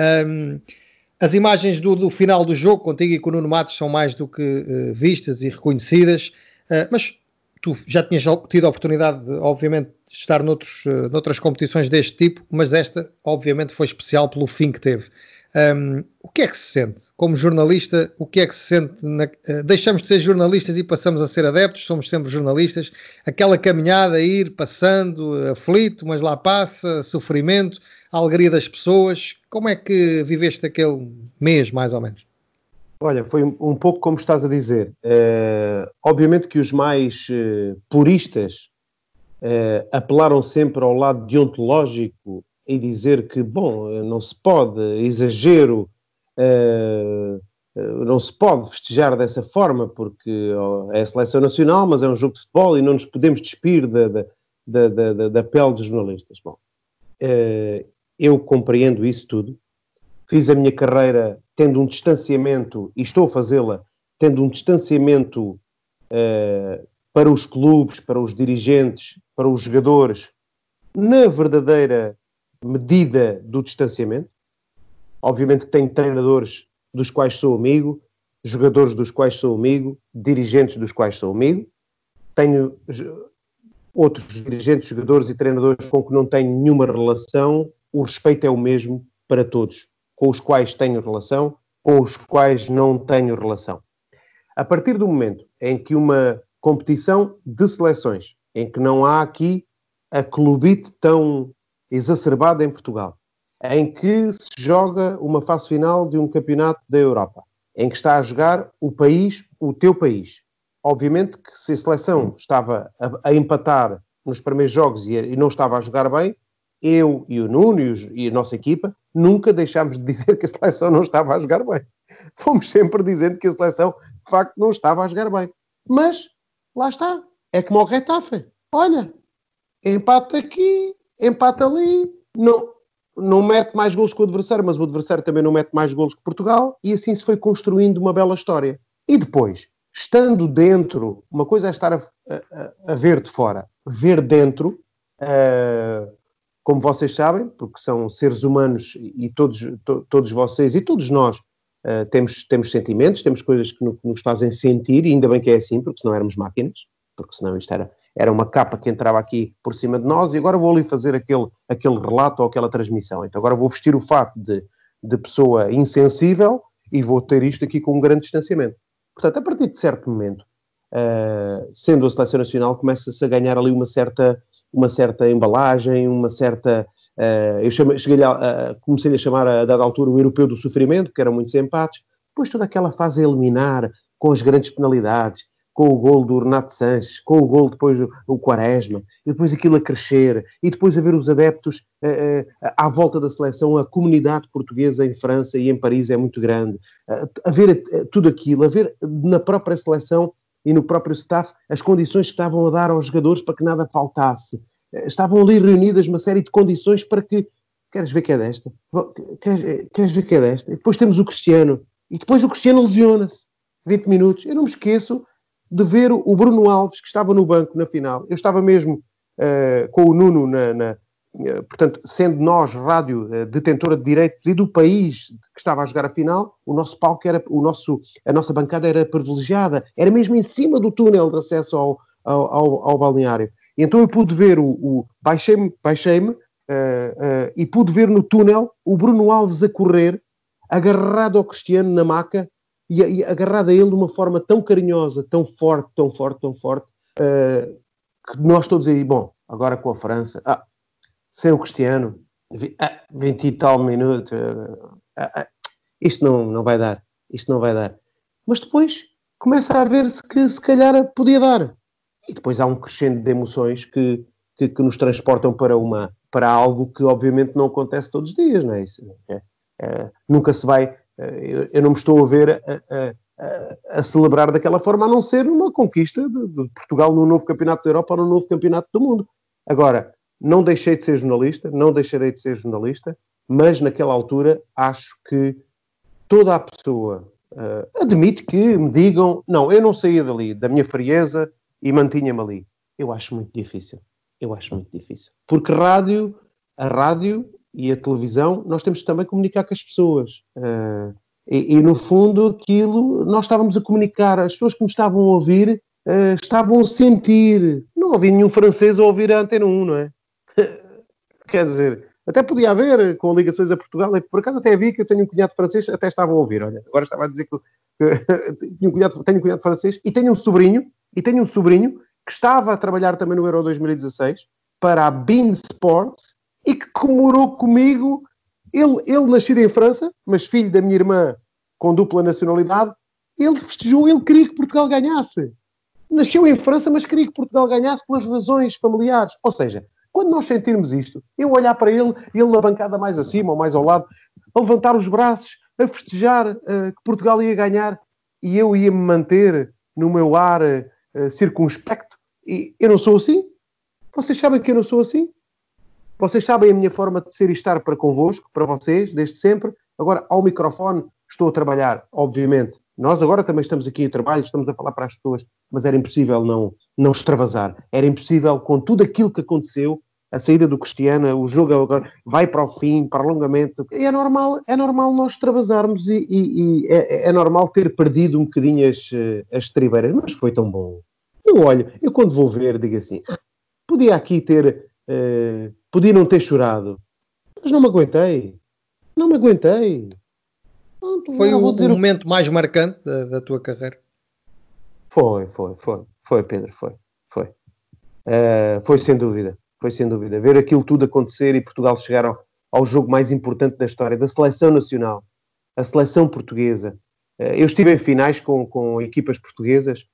As imagens do final do jogo, contigo e com o Nuno Matos, são mais do que vistas e reconhecidas, mas tu já tinhas tido a oportunidade, obviamente, de estar noutras competições deste tipo, mas esta, obviamente, foi especial pelo fim que teve. O que é que se sente? Como jornalista, o que é que se sente? Deixamos de ser jornalistas e passamos a ser adeptos, somos sempre jornalistas. Aquela caminhada, ir passando, aflito, mas lá passa, sofrimento, a alegria das pessoas. Como é que viveste aquele mês, mais ou menos?
Olha, foi um pouco como estás a dizer. Obviamente que os mais puristas apelaram sempre ao lado deontológico e dizer que, bom, não se pode, exagero, não se pode festejar dessa forma porque é a seleção nacional, mas é um jogo de futebol e não nos podemos despir da pele dos jornalistas. Bom, eu compreendo isso tudo. Fiz a minha carreira tendo um distanciamento, e estou a fazê-la, tendo um distanciamento para os clubes, para os dirigentes, para os jogadores, na verdadeira medida do distanciamento. Obviamente que tenho treinadores dos quais sou amigo, jogadores dos quais sou amigo, dirigentes dos quais sou amigo. Tenho outros dirigentes, jogadores e treinadores com que não tenho nenhuma relação. O respeito é o mesmo para todos, com os quais tenho relação, com os quais não tenho relação. A partir do momento em que uma competição de seleções, em que não há aqui a clubite tão exacerbada em Portugal, em que se joga uma fase final de um campeonato da Europa, em que está a jogar o país, o teu país. Obviamente que se a seleção estava a empatar nos primeiros jogos e não estava a jogar bem, eu e o Nuno e a nossa equipa nunca deixámos de dizer que a seleção não estava a jogar bem. Fomos sempre dizendo que a seleção, de facto, não estava a jogar bem. Mas, lá está. É como o Getafe. Olha, empata aqui, empata ali, não mete mais golos que o adversário, mas o adversário também não mete mais golos que Portugal, e assim se foi construindo uma bela história. E depois, estando dentro, uma coisa é estar a ver de fora, ver dentro, como vocês sabem, porque são seres humanos e todos vocês e todos nós temos sentimentos, temos coisas que nos fazem sentir, e ainda bem que é assim, porque senão éramos máquinas, porque senão isto era uma capa que entrava aqui por cima de nós, e agora vou ali fazer aquele relato ou aquela transmissão. Então agora vou vestir o fato de pessoa insensível e vou ter isto aqui com um grande distanciamento. Portanto, a partir de certo momento, sendo a seleção nacional, começa-se a ganhar ali uma certa embalagem, uma certa... comecei-lhe a chamar, a dada altura, o europeu do sofrimento, que eram muitos empates. Depois toda aquela fase a eliminar, com as grandes penalidades, com o gol do Renato Sanches, com o gol depois do Quaresma, e depois aquilo a crescer, e depois a ver os adeptos à volta da seleção. A comunidade portuguesa em França e em Paris é muito grande. A ver tudo aquilo, a ver na própria seleção e no próprio staff as condições que estavam a dar aos jogadores para que nada faltasse. Estavam ali reunidas uma série de condições para que... Queres ver que é desta? Queres ver que é desta? E depois temos o Cristiano. E depois o Cristiano lesiona-se. 20 minutos. Eu não me esqueço de ver o Bruno Alves, que estava no banco na final. Eu estava mesmo com o Nuno portanto, sendo nós rádio detentora de direitos e do país que estava a jogar a final, o nosso palco era, a nossa bancada era privilegiada, era mesmo em cima do túnel de acesso ao balneário. E então eu pude ver baixei-me e pude ver no túnel o Bruno Alves a correr, agarrado ao Cristiano na maca e agarrado a ele de uma forma tão carinhosa, tão forte, que nós todos aí, bom, agora com a França, sem o Cristiano, 20 e tal minutos, isto não vai dar, Mas depois começa a ver-se que se calhar podia dar. E depois há um crescendo de emoções que nos transportam para algo que obviamente não acontece todos os dias, não é? Isso, nunca se vai... Eu não me estou a ver a celebrar daquela forma, a não ser uma conquista de Portugal no novo campeonato da Europa ou no novo campeonato do mundo. Agora, não deixarei de ser jornalista, mas naquela altura acho que toda a pessoa admite que me digam, não, eu não saía dali, da minha frieza, e mantinha-me ali. Eu acho muito difícil. Porque a rádio e a televisão, nós temos que também comunicar com as pessoas. E no fundo, aquilo, nós estávamos a comunicar, as pessoas que nos estavam a ouvir, estavam a sentir. Não havia nenhum francês a ouvir a Antena 1, não é? Quer dizer, até podia haver com ligações a Portugal, e por acaso até vi que eu tenho um cunhado francês, até estava a ouvir, olha, agora estava a dizer que tenho um cunhado francês e tenho um sobrinho que estava a trabalhar também no Euro 2016 para a Bein Sports e que comemorou comigo. Ele nascido em França, mas filho da minha irmã com dupla nacionalidade, ele festejou, ele queria que Portugal ganhasse. Nasceu em França, mas queria que Portugal ganhasse pelas razões familiares. Ou seja, quando nós sentirmos isto, eu olhar para ele na bancada mais acima ou mais ao lado, a levantar os braços, a festejar que Portugal ia ganhar, e eu ia me manter no meu ar circunspecto, e eu não sou assim. Vocês sabem que eu não sou assim. Vocês sabem a minha forma de ser e estar para convosco, para vocês, desde sempre. Agora, ao microfone, estou a trabalhar, obviamente. Nós agora também estamos aqui em trabalho, estamos a falar para as pessoas, mas era impossível não extravasar. Era impossível, com tudo aquilo que aconteceu, a saída do Cristiano, o jogo agora vai para o fim, para o alongamento. É normal nós extravasarmos e é normal ter perdido um bocadinho as estribeiras. Mas foi tão bom. Eu quando vou ver, digo assim, podia aqui ter... podia não ter chorado, mas não me aguentei.
Foi o momento mais marcante da tua carreira?
Foi, Pedro, foi. Foi sem dúvida. Ver aquilo tudo acontecer e Portugal chegar ao jogo mais importante da história, da seleção nacional, a seleção portuguesa. Eu estive em finais com equipas portuguesas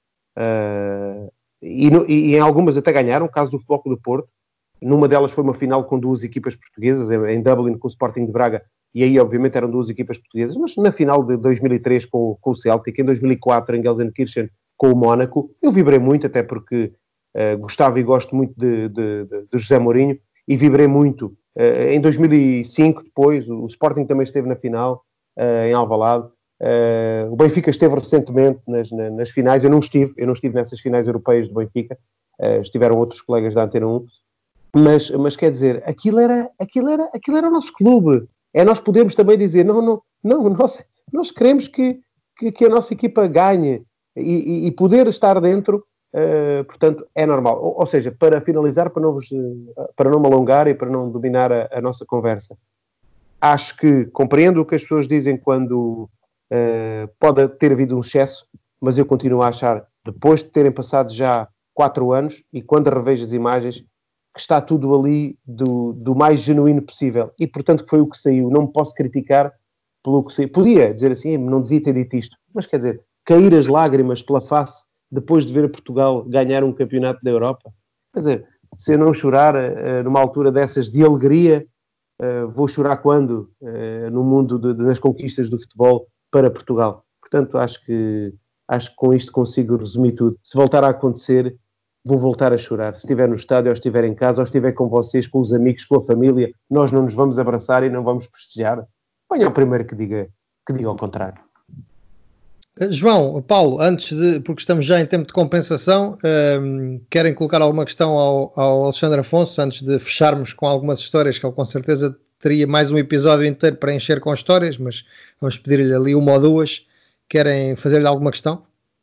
e em algumas até ganharam, o caso do Futebol Clube do Porto. Numa delas foi uma final com duas equipas portuguesas, em Dublin com o Sporting de Braga, e aí obviamente eram duas equipas portuguesas, mas na final de 2003 com o Celtic, em 2004 em Gelsenkirchen com o Mónaco, eu vibrei muito, até porque gostava e gosto muito de José Mourinho, e vibrei muito. Em 2005 depois, o Sporting também esteve na final, em Alvalade. O Benfica esteve recentemente nas finais, eu não estive nessas finais europeias do Benfica, estiveram outros colegas da Antena 1, mas quer dizer, aquilo era o nosso clube. Nós podemos também dizer, nós queremos que a nossa equipa ganhe e poder estar dentro, portanto, é normal. Ou seja, para finalizar, para não me alongar e para não dominar a nossa conversa, acho que compreendo o que as pessoas dizem quando pode ter havido um excesso, mas eu continuo a achar, depois de terem passado já 4 anos, e quando revejo as imagens, que está tudo ali do mais genuíno possível. E, portanto, que foi o que saiu. Não me posso criticar pelo que saiu. Podia dizer assim, não devia ter dito isto. Mas, quer dizer, cair as lágrimas pela face depois de ver Portugal ganhar um campeonato da Europa. Quer dizer, se eu não chorar numa altura dessas de alegria, vou chorar quando? No mundo das conquistas do futebol para Portugal. Portanto, acho que com isto consigo resumir tudo. Se voltar a acontecer, vou voltar a chorar. Se estiver no estádio, ou estiver em casa, ou estiver com vocês, com os amigos, com a família, nós não nos vamos abraçar e não vamos festejar. Venha o primeiro que diga ao contrário.
João, Paulo, porque estamos já em tempo de compensação, querem colocar alguma questão ao Alexandre Afonso antes de fecharmos com algumas histórias que ele com certeza teria mais um episódio inteiro para encher com histórias, mas vamos pedir-lhe ali uma ou duas. Querem fazer-lhe alguma questão?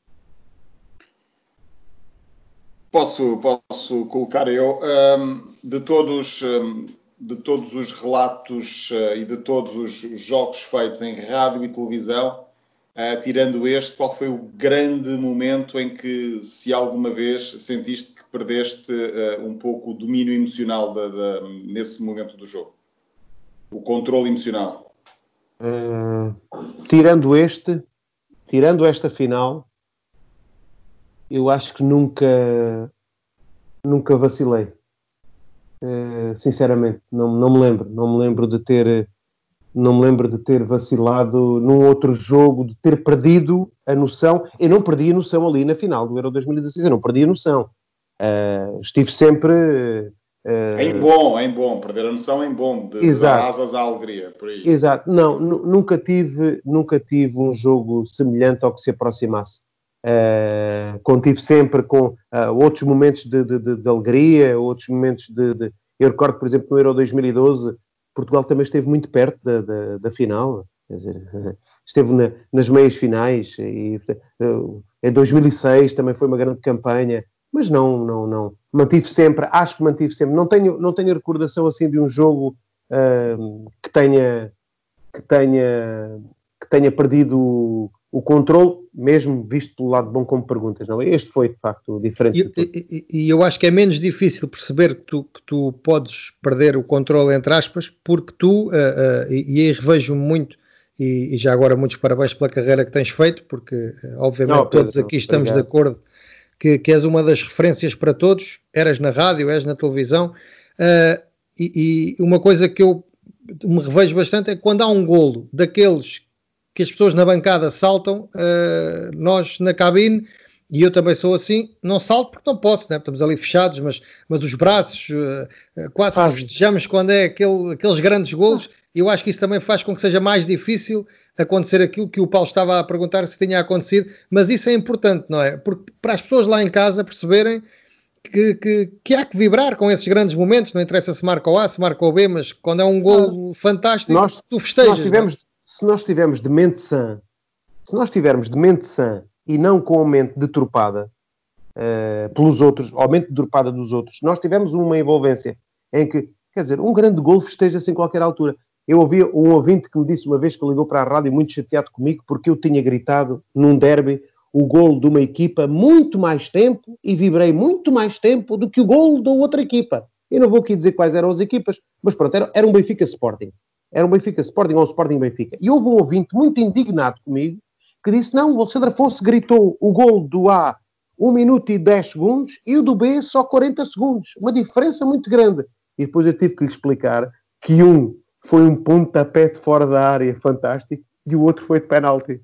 Posso colocar eu. De todos os relatos e de todos os jogos feitos em rádio e televisão, tirando este, qual foi o grande momento em que, se alguma vez sentiste que perdeste um pouco o domínio emocional nesse momento do jogo? O controle emocional?
Tirando esta final, eu acho que nunca vacilei. Sinceramente, não me lembro de ter vacilado num outro jogo, de ter perdido a noção. Eu não perdi a noção ali na final do Euro 2016, eu não perdi a noção. Estive sempre...
Em bom, perder a noção em bom, de dar asas à alegria, por aí.
Exato, não, nunca tive um jogo semelhante ao que se aproximasse. Contive sempre com outros momentos de alegria, outros momentos de... Eu recordo, por exemplo, no Euro 2012, Portugal também esteve muito perto da final, quer dizer, esteve nas meias finais, e em 2006 também foi uma grande campanha, mas não. Acho que mantive sempre. Não tenho recordação assim de um jogo que tenha perdido o controle, mesmo visto pelo lado bom como perguntas. Não, este foi, de facto, diferente.
E eu acho que é menos difícil perceber que tu podes perder o controle, entre aspas, porque tu, e aí revejo muito, e já agora muitos parabéns pela carreira que tens feito, porque obviamente Pedro, todos aqui estamos de acordo que és uma das referências para todos, eras na rádio, és na televisão, e uma coisa que eu me revejo bastante é quando há um golo daqueles que as pessoas na bancada saltam, nós na cabine, e eu também sou assim, não salto porque não posso, né? Estamos ali fechados, mas os braços quase que festejamos quando é aqueles grandes golos, e eu acho que isso também faz com que seja mais difícil acontecer aquilo que o Paulo estava a perguntar se tinha acontecido, mas isso é importante, não é? Porque para as pessoas lá em casa perceberem que há que vibrar com esses grandes momentos, não interessa se marca o A, se marca o B, mas quando é um golo fantástico, tu festejas.
Se nós estivermos de mente sã e não com a mente deturpada pelos outros, ou a mente deturpada dos outros, nós tivemos uma envolvência em que, quer dizer, um grande golo festeja-se em qualquer altura. Eu ouvi um ouvinte que me disse uma vez que ligou para a rádio muito chateado comigo porque eu tinha gritado num derby o golo de uma equipa muito mais tempo e vibrei muito mais tempo do que o golo da outra equipa. Eu não vou aqui dizer quais eram as equipas, mas pronto, era um Benfica Sporting. Era um Benfica Sporting ou um Sporting Benfica. E houve um ouvinte muito indignado comigo que disse, não, o Alexandre Afonso gritou o golo do A 1 minuto e 10 segundos e o do B só 40 segundos. Uma diferença muito grande. E depois eu tive que lhe explicar que um foi um pontapé de fora da área fantástico e o outro foi de penalti.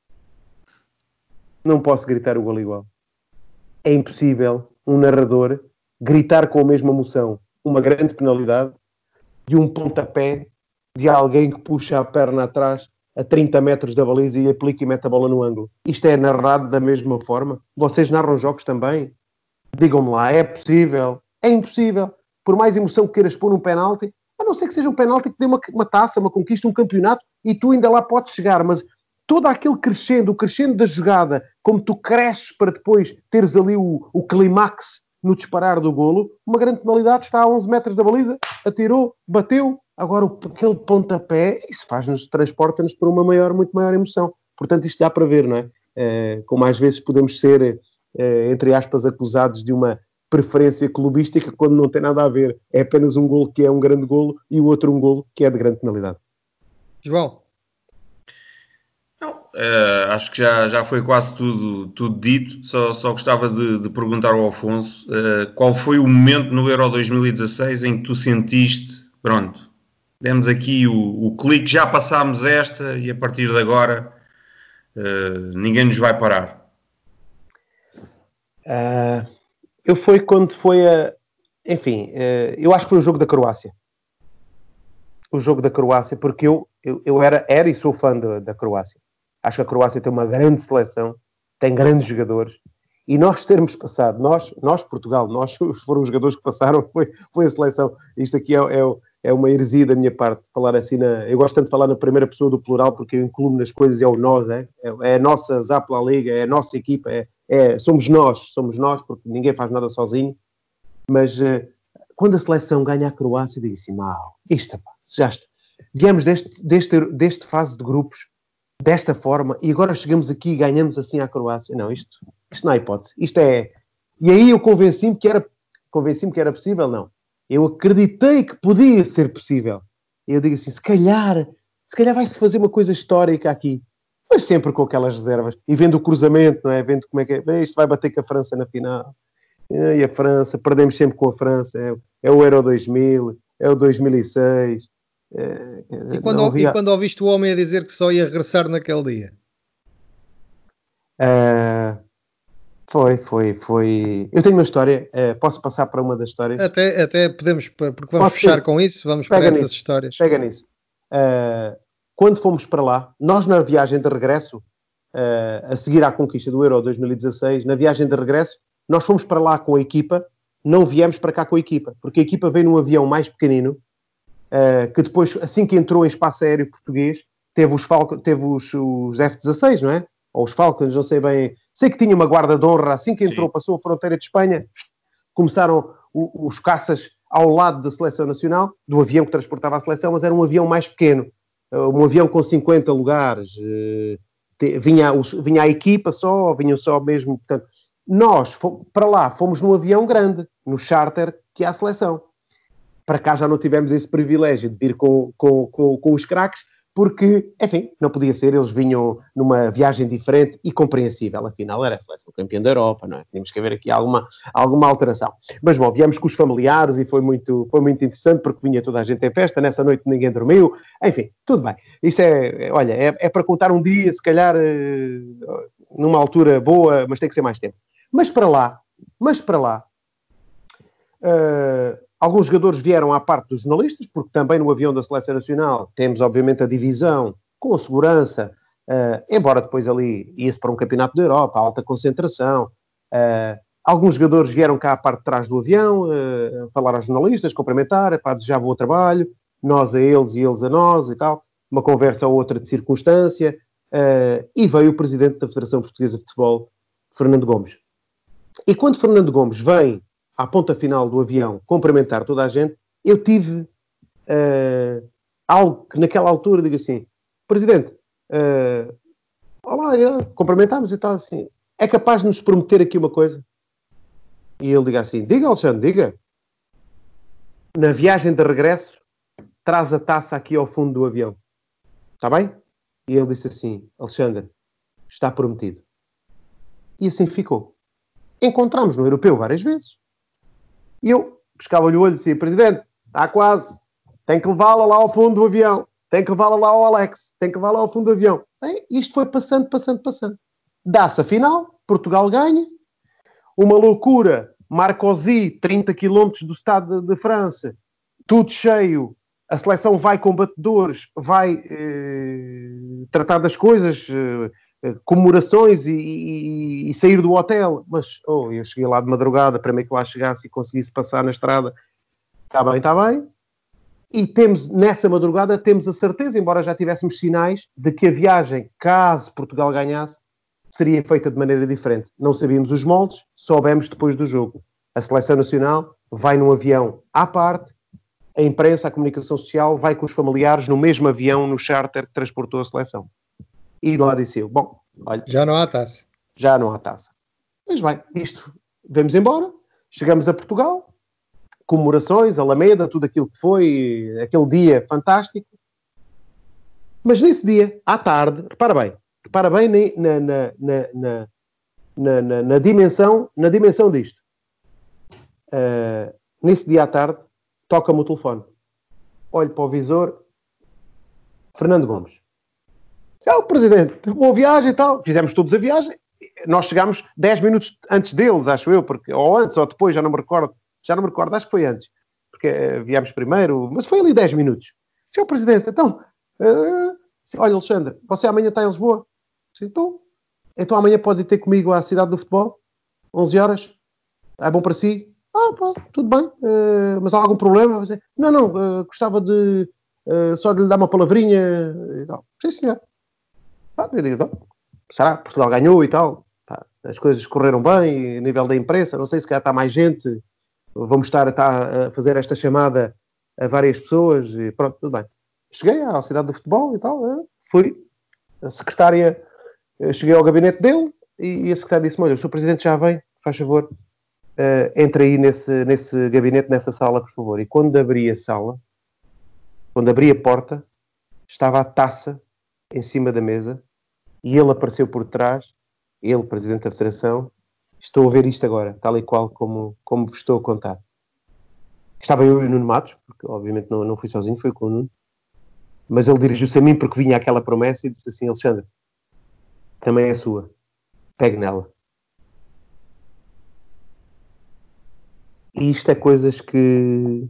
Não posso gritar o golo igual. É impossível um narrador gritar com a mesma emoção uma grande penalidade e um pontapé de alguém que puxa a perna atrás a 30 metros da baliza e aplica e mete a bola no ângulo. Isto é narrado da mesma forma? Vocês narram jogos também? Digam-me lá, é possível? É impossível. Por mais emoção que queiras pôr num penalti, a não ser que seja um penalti que dê uma taça, uma conquista, um campeonato, e tu ainda lá podes chegar, mas todo aquele crescendo, o crescendo da jogada, como tu cresces para depois teres ali o clímax no disparar do golo, uma grande penalidade, está a 11 metros da baliza, atirou, bateu, agora aquele pontapé, isso transporta-nos para uma muito maior emoção. Portanto, isto dá para ver, não é? Como às vezes podemos ser, entre aspas, acusados de uma preferência clubística quando não tem nada a ver. É apenas um golo que é um grande golo e o outro um golo que é de grande penalidade.
João?
Acho que já foi quase tudo dito. Só gostava de perguntar ao Afonso qual foi o momento no Euro 2016 em que tu sentiste, pronto, demos aqui o clique, já passámos esta e a partir de agora ninguém nos vai parar.
Foi quando foi eu acho que foi o jogo da Croácia. O jogo da Croácia, porque eu era e sou fã da Croácia. Acho que a Croácia tem uma grande seleção, tem grandes jogadores, e nós termos passado, nós Portugal, nós foram os jogadores que passaram, foi a seleção. Isto aqui é uma heresia da minha parte, falar assim, eu gosto tanto de falar na primeira pessoa do plural, porque eu incluo nas coisas, é o nós, é a nossa Zapla Liga, é a nossa equipa, somos nós, porque ninguém faz nada sozinho, mas quando a seleção ganha a Croácia, eu digo assim, isto, já está. Viemos deste fase de grupos, desta forma, e agora chegamos aqui e ganhamos assim à Croácia. Não, isto não há hipótese. E aí eu convenci-me que era possível, não. Eu acreditei que podia ser possível. E eu digo assim, se calhar vai-se fazer uma coisa histórica aqui. Mas sempre com aquelas reservas. E vendo o cruzamento, não é? Vendo como é que é. Isto vai bater com a França na final. E a França, perdemos sempre com a França. É o Euro 2000, é o 2006.
E quando ouviste o homem a dizer que só ia regressar naquele dia?
Foi. Eu tenho uma história. Posso passar para uma das histórias?
Até podemos, porque vamos fechar com isso. Vamos para essas histórias.
Pega nisso. Quando fomos para lá, nós na viagem de regresso, a seguir à conquista do Euro 2016, na viagem de regresso, nós fomos para lá com a equipa, não viemos para cá com a equipa, porque a equipa veio num avião mais pequenino, que depois, assim que entrou em espaço aéreo português, teve os F-16, não é? Ou os Falcons, não sei bem. Sei que tinha uma guarda de honra, assim que entrou, passou a fronteira de Espanha, começaram os caças ao lado da seleção nacional, do avião que transportava a seleção, mas era um avião mais pequeno. Um avião com 50 lugares. Vinha a equipa só, vinham só mesmo. Portanto, nós, para lá, fomos num avião grande, no charter, que é a seleção. Para cá já não tivemos esse privilégio de vir com os craques, porque, enfim, não podia ser, eles vinham numa viagem diferente e compreensível, afinal era a seleção campeã da Europa, não é? Tínhamos que haver aqui alguma alteração. Mas, bom, viemos com os familiares e foi muito interessante, porque vinha toda a gente em festa, nessa noite ninguém dormiu, enfim, tudo bem. Isso é para contar um dia, se calhar, numa altura boa, mas tem que ser mais tempo. Mas para lá, alguns jogadores vieram à parte dos jornalistas, porque também no avião da Seleção Nacional temos, obviamente, a divisão com a segurança, embora depois ali ia-se para um campeonato da Europa, alta concentração. Alguns jogadores vieram cá à parte de trás do avião, falar aos jornalistas, cumprimentar, desejar bom trabalho, nós a eles e eles a nós e tal, uma conversa ou outra de circunstância, e veio o presidente da Federação Portuguesa de Futebol, Fernando Gomes. E quando Fernando Gomes vem à ponta final do avião, cumprimentar toda a gente, eu tive algo que naquela altura digo assim, Presidente, olá, cumprimentámos e tal, assim, é capaz de nos prometer aqui uma coisa? E ele diga assim, diga Alexandre, diga. Na viagem de regresso, traz a taça aqui ao fundo do avião. Está bem? E ele disse assim, Alexandre, está prometido. E assim ficou. Encontramos no Europeu várias vezes. E eu pescava-lhe o olho e dizia, Presidente, está quase. Tem que levá-la lá ao fundo do avião. Tem que levá-la lá ao Alex. Tem que levá-la ao fundo do avião. E isto foi passando. Dá-se a final. Portugal ganha. Uma loucura. Marcosi, 30 km do estado de França. Tudo cheio. A seleção vai com batedores. Vai tratar das coisas. Comemorações e sair do hotel. Mas eu cheguei lá de madrugada, para meio que lá chegasse e conseguisse passar na estrada. Está bem. E nessa madrugada temos a certeza, embora já tivéssemos sinais, de que a viagem, caso Portugal ganhasse, seria feita de maneira diferente. Não sabíamos os moldes, soubemos depois do jogo. A Seleção Nacional vai num avião à parte, a imprensa, a comunicação social, vai com os familiares no mesmo avião, no charter que transportou a seleção. E lá disse eu, bom, olha...
Já não há taça.
Mas bem, vamos embora, chegamos a Portugal, comemorações, Alameda, tudo aquilo que foi, aquele dia fantástico. Mas nesse dia, à tarde, repara bem na dimensão disto. Nesse dia à tarde, toca-me o telefone. Olho para o visor, Fernando Gomes. O Presidente, boa viagem e tal. Fizemos todos a viagem. Nós chegámos 10 minutos antes deles, acho eu, ou antes ou depois, já não me recordo, acho que foi antes, porque viemos primeiro, mas foi ali 10 minutos. Senhor Presidente, então, olha Alexandre, você amanhã está em Lisboa? Então amanhã pode ir ter comigo à Cidade do Futebol, 11 horas, é bom para si? Pá, tudo bem, mas há algum problema? Não, gostava de só de lhe dar uma palavrinha e tal. Sim, senhor. Eu digo, será que Portugal ganhou e tal? Pá, as coisas correram bem, a nível da imprensa, não sei se cá está mais gente, vamos estar a fazer esta chamada a várias pessoas e pronto, tudo bem. Cheguei à Cidade do Futebol e tal, fui, a secretária, cheguei ao gabinete dele e a secretária disse-me, olha, o Sr. Presidente já vem, faz favor, entra aí nesse gabinete, nessa sala, por favor. E quando abri a sala, quando abri a porta, estava a taça em cima da mesa e ele apareceu por trás, ele, Presidente da Federação. Estou a ver isto agora, tal e qual como vos estou a contar. Estava eu e o Nuno Matos, porque obviamente não fui sozinho, fui com o Nuno. Mas ele dirigiu-se a mim porque vinha aquela promessa e disse assim, Alexandre, também é sua, pegue nela. E isto é coisas que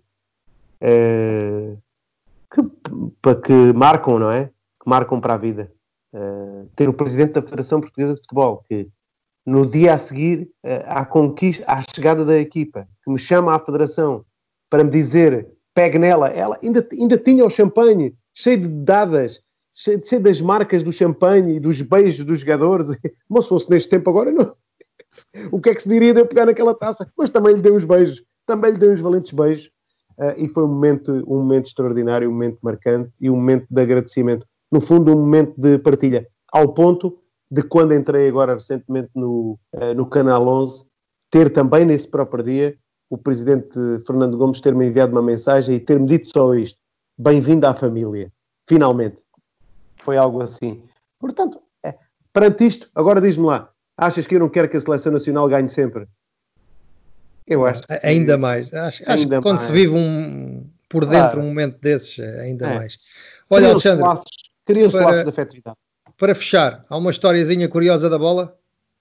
marcam, não é? Que marcam para a vida. Ter o Presidente da Federação Portuguesa de Futebol, que no dia a seguir à conquista, à chegada da equipa, que me chama à Federação para me dizer, pegue nela, ela ainda tinha o champanhe cheio de dadas, cheio das marcas do champanhe e dos beijos dos jogadores. Mas se fosse neste tempo agora, não. O que é que se diria de eu pegar naquela taça? Mas também lhe dei uns beijos, também lhe dei uns valentes beijos. E foi um momento extraordinário, um momento marcante e um momento de agradecimento. No fundo, um momento de partilha. Ao ponto de quando entrei agora recentemente no Canal 11, ter também nesse próprio dia o Presidente Fernando Gomes ter-me enviado uma mensagem e ter-me dito só isto. Bem-vindo à família. Finalmente. Foi algo assim. Portanto, perante isto, agora diz-me lá, achas que eu não quero que a Seleção Nacional ganhe sempre? Eu acho que...
Ainda mais. Acho que quando se vive por dentro um momento desses, ainda mais. Olha, Alexandre,
queria-se laços de afetividade.
Para fechar, há uma historiazinha curiosa da bola?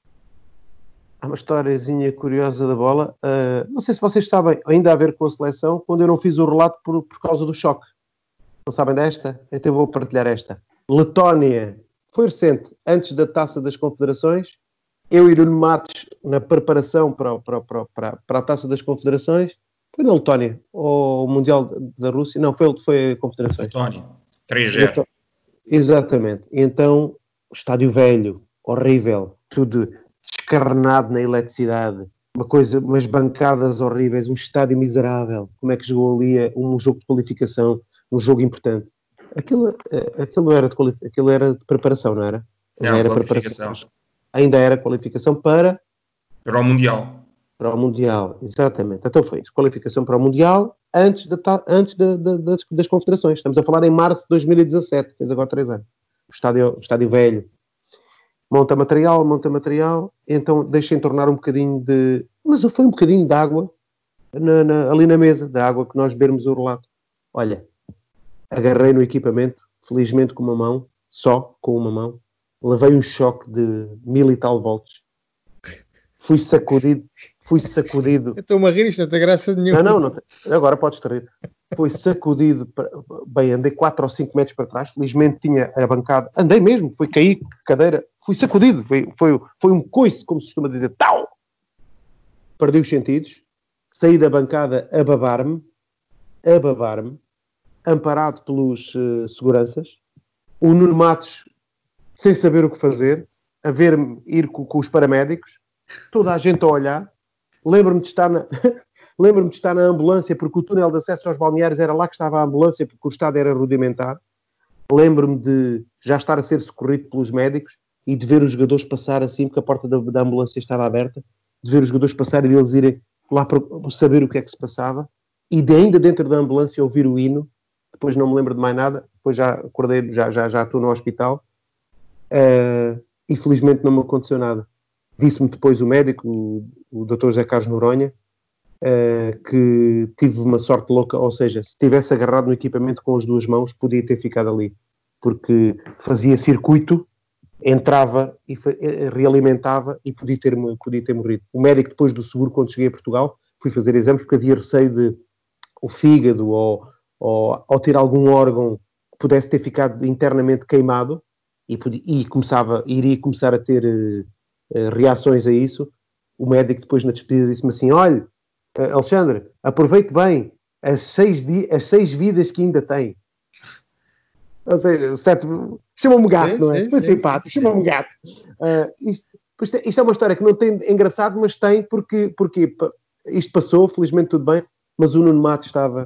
Há uma historiazinha curiosa da bola. Não sei se vocês sabem, ainda a ver com a seleção, quando eu não fiz o relato por causa do choque. Não sabem desta? Então vou partilhar esta. Letónia, foi recente, antes da Taça das Confederações, eu e Nuno Matos, na preparação para a Taça das Confederações, foi na Letónia, ou o Mundial da Rússia, não, foi a Confederações.
Letónia, 3-0.
Exatamente. Então, estádio velho, horrível, tudo descarnado na eletricidade, umas bancadas horríveis, um estádio miserável. Como é que jogou ali um jogo de qualificação, um jogo importante? Aquilo era de preparação, não era?
Não, era qualificação.
Ainda era qualificação para
o Mundial.
Para o Mundial, exatamente. Então foi isso, qualificação para o Mundial antes das confederações. Estamos a falar em março de 2017, fez agora 3 anos. O estádio velho. Monta material, então deixem tornar um bocadinho de... Mas foi um bocadinho de água ali na mesa, da água que nós bebermos o relato. Olha, agarrei no equipamento, felizmente com uma mão, só com uma mão, levei um choque de 1000 e tal volts. Fui sacudido.
Eu estou-me a rir, isto não tem graça nenhuma.
Não, agora podes te rir. Fui sacudido, bem, andei 4 ou 5 metros para trás, felizmente tinha a bancada, andei mesmo, fui cair, cadeira, fui sacudido, foi um coice, como se costuma dizer, tal! Perdi os sentidos, saí da bancada a babar-me, amparado pelos seguranças, o Nuno Matos, sem saber o que fazer, a ver-me ir com os paramédicos, toda a gente a olhar. Lembro-me de estar na ambulância, porque o túnel de acesso aos balneários era lá que estava a ambulância, porque o estado era rudimentar. Lembro-me de já estar a ser socorrido pelos médicos e de ver os jogadores passar assim, porque a porta da ambulância estava aberta, de ver os jogadores passar e deles irem lá para saber o que é que se passava, e de ainda dentro da ambulância ouvir o hino. Depois não me lembro de mais nada, depois já acordei, já estou no hospital, e felizmente não me aconteceu nada. Disse-me depois o médico, o Dr. José Carlos Noronha, que tive uma sorte louca, ou seja, se tivesse agarrado no equipamento com as 2 mãos, podia ter ficado ali, porque fazia circuito, entrava e realimentava e podia ter morrido. O médico, depois do seguro, quando cheguei a Portugal, fui fazer exames porque havia receio de o fígado ou ter algum órgão que pudesse ter ficado internamente queimado, e iria começar a ter reações a isso, o médico depois na despedida disse-me assim, olha, Alexandre, aproveite bem as 6 vidas que ainda tem. Ou seja, o sétimo... Chama-me gato, não é? Foi simpático, chama-me gato. Isto é uma história que não tem engraçado, mas tem porque isto passou, felizmente tudo bem, mas o Nuno Matos estava...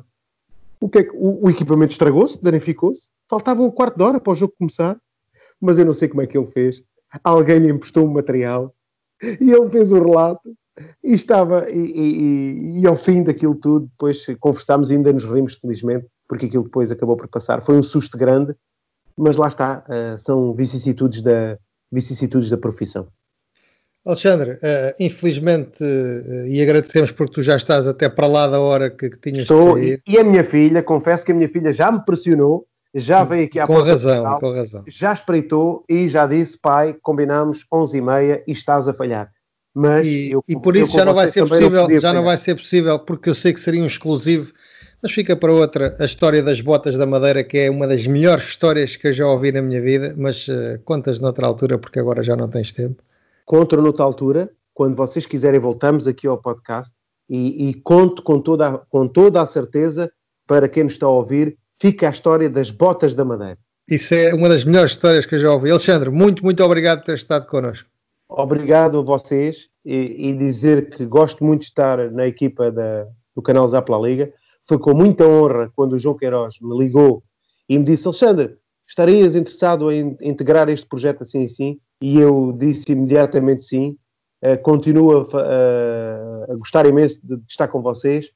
O equipamento estragou-se, danificou-se, faltava um quarto de hora para o jogo começar, mas eu não sei como é que ele fez. Alguém lhe emprestou um material e ele fez o relato e estava... E ao fim daquilo tudo, depois conversámos e ainda nos rimos, felizmente, porque aquilo depois acabou por passar. Foi um susto grande, mas lá está, são vicissitudes da profissão.
Alexandre, infelizmente, e agradecemos porque tu já estás até para lá da hora que tinhas de sair.
E a minha filha, confesso que a minha filha já me pressionou, já veio aqui à porta
com razão.
Já espreitou e já disse, pai, combinámos 11h30 e estás a falhar. Mas
por isso já não vai ser possível, porque eu sei que seria um exclusivo, mas fica para outra, a história das botas da Madeira, que é uma das melhores histórias que eu já ouvi na minha vida, mas contas noutra altura, porque agora já não tens tempo.
Conto noutra altura, quando vocês quiserem voltamos aqui ao podcast e conto com toda a certeza, para quem nos está a ouvir, fica a história das botas da Madeira.
Isso é uma das melhores histórias que eu já ouvi. Alexandre, muito, muito obrigado por ter estado connosco.
Obrigado a vocês e dizer que gosto muito de estar na equipa do canal Zap La Liga. Foi com muita honra quando o João Queiroz me ligou e me disse, Alexandre, estarias interessado em integrar este projeto assim e assim? E eu disse imediatamente sim. Continuo a gostar imenso de estar com vocês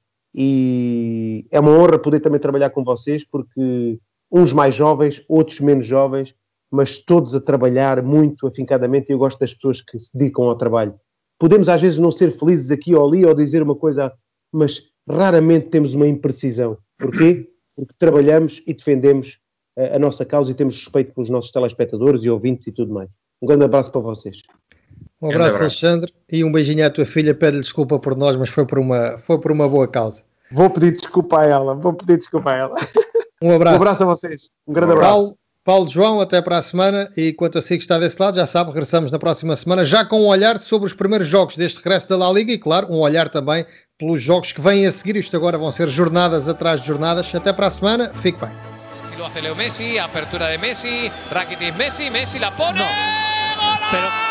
e é uma honra poder também trabalhar com vocês, porque uns mais jovens, outros menos jovens, mas todos a trabalhar muito afincadamente, e eu gosto das pessoas que se dedicam ao trabalho. Podemos às vezes não ser felizes aqui ou ali ou dizer uma coisa, mas raramente temos uma imprecisão. Porquê? Porque trabalhamos e defendemos a nossa causa e temos respeito pelos nossos telespectadores e ouvintes e tudo mais. Um grande abraço para vocês.
Um abraço, Alexandre, e um beijinho à tua filha. Pede-lhe desculpa por nós, mas foi por uma boa causa.
Vou pedir desculpa a ela.
Um abraço.
Um abraço a vocês. Um grande abraço.
Paulo, João, até para a semana. E quanto a si que está desse lado, já sabe, regressamos na próxima semana, já com um olhar sobre os primeiros jogos deste regresso da La Liga e, claro, um olhar também pelos jogos que vêm a seguir. Isto agora vão ser jornadas atrás de jornadas. Até para a semana. Fique bem.
Lo hace Leo Messi, apertura de Messi, Rakitic Messi la pone.
No, pero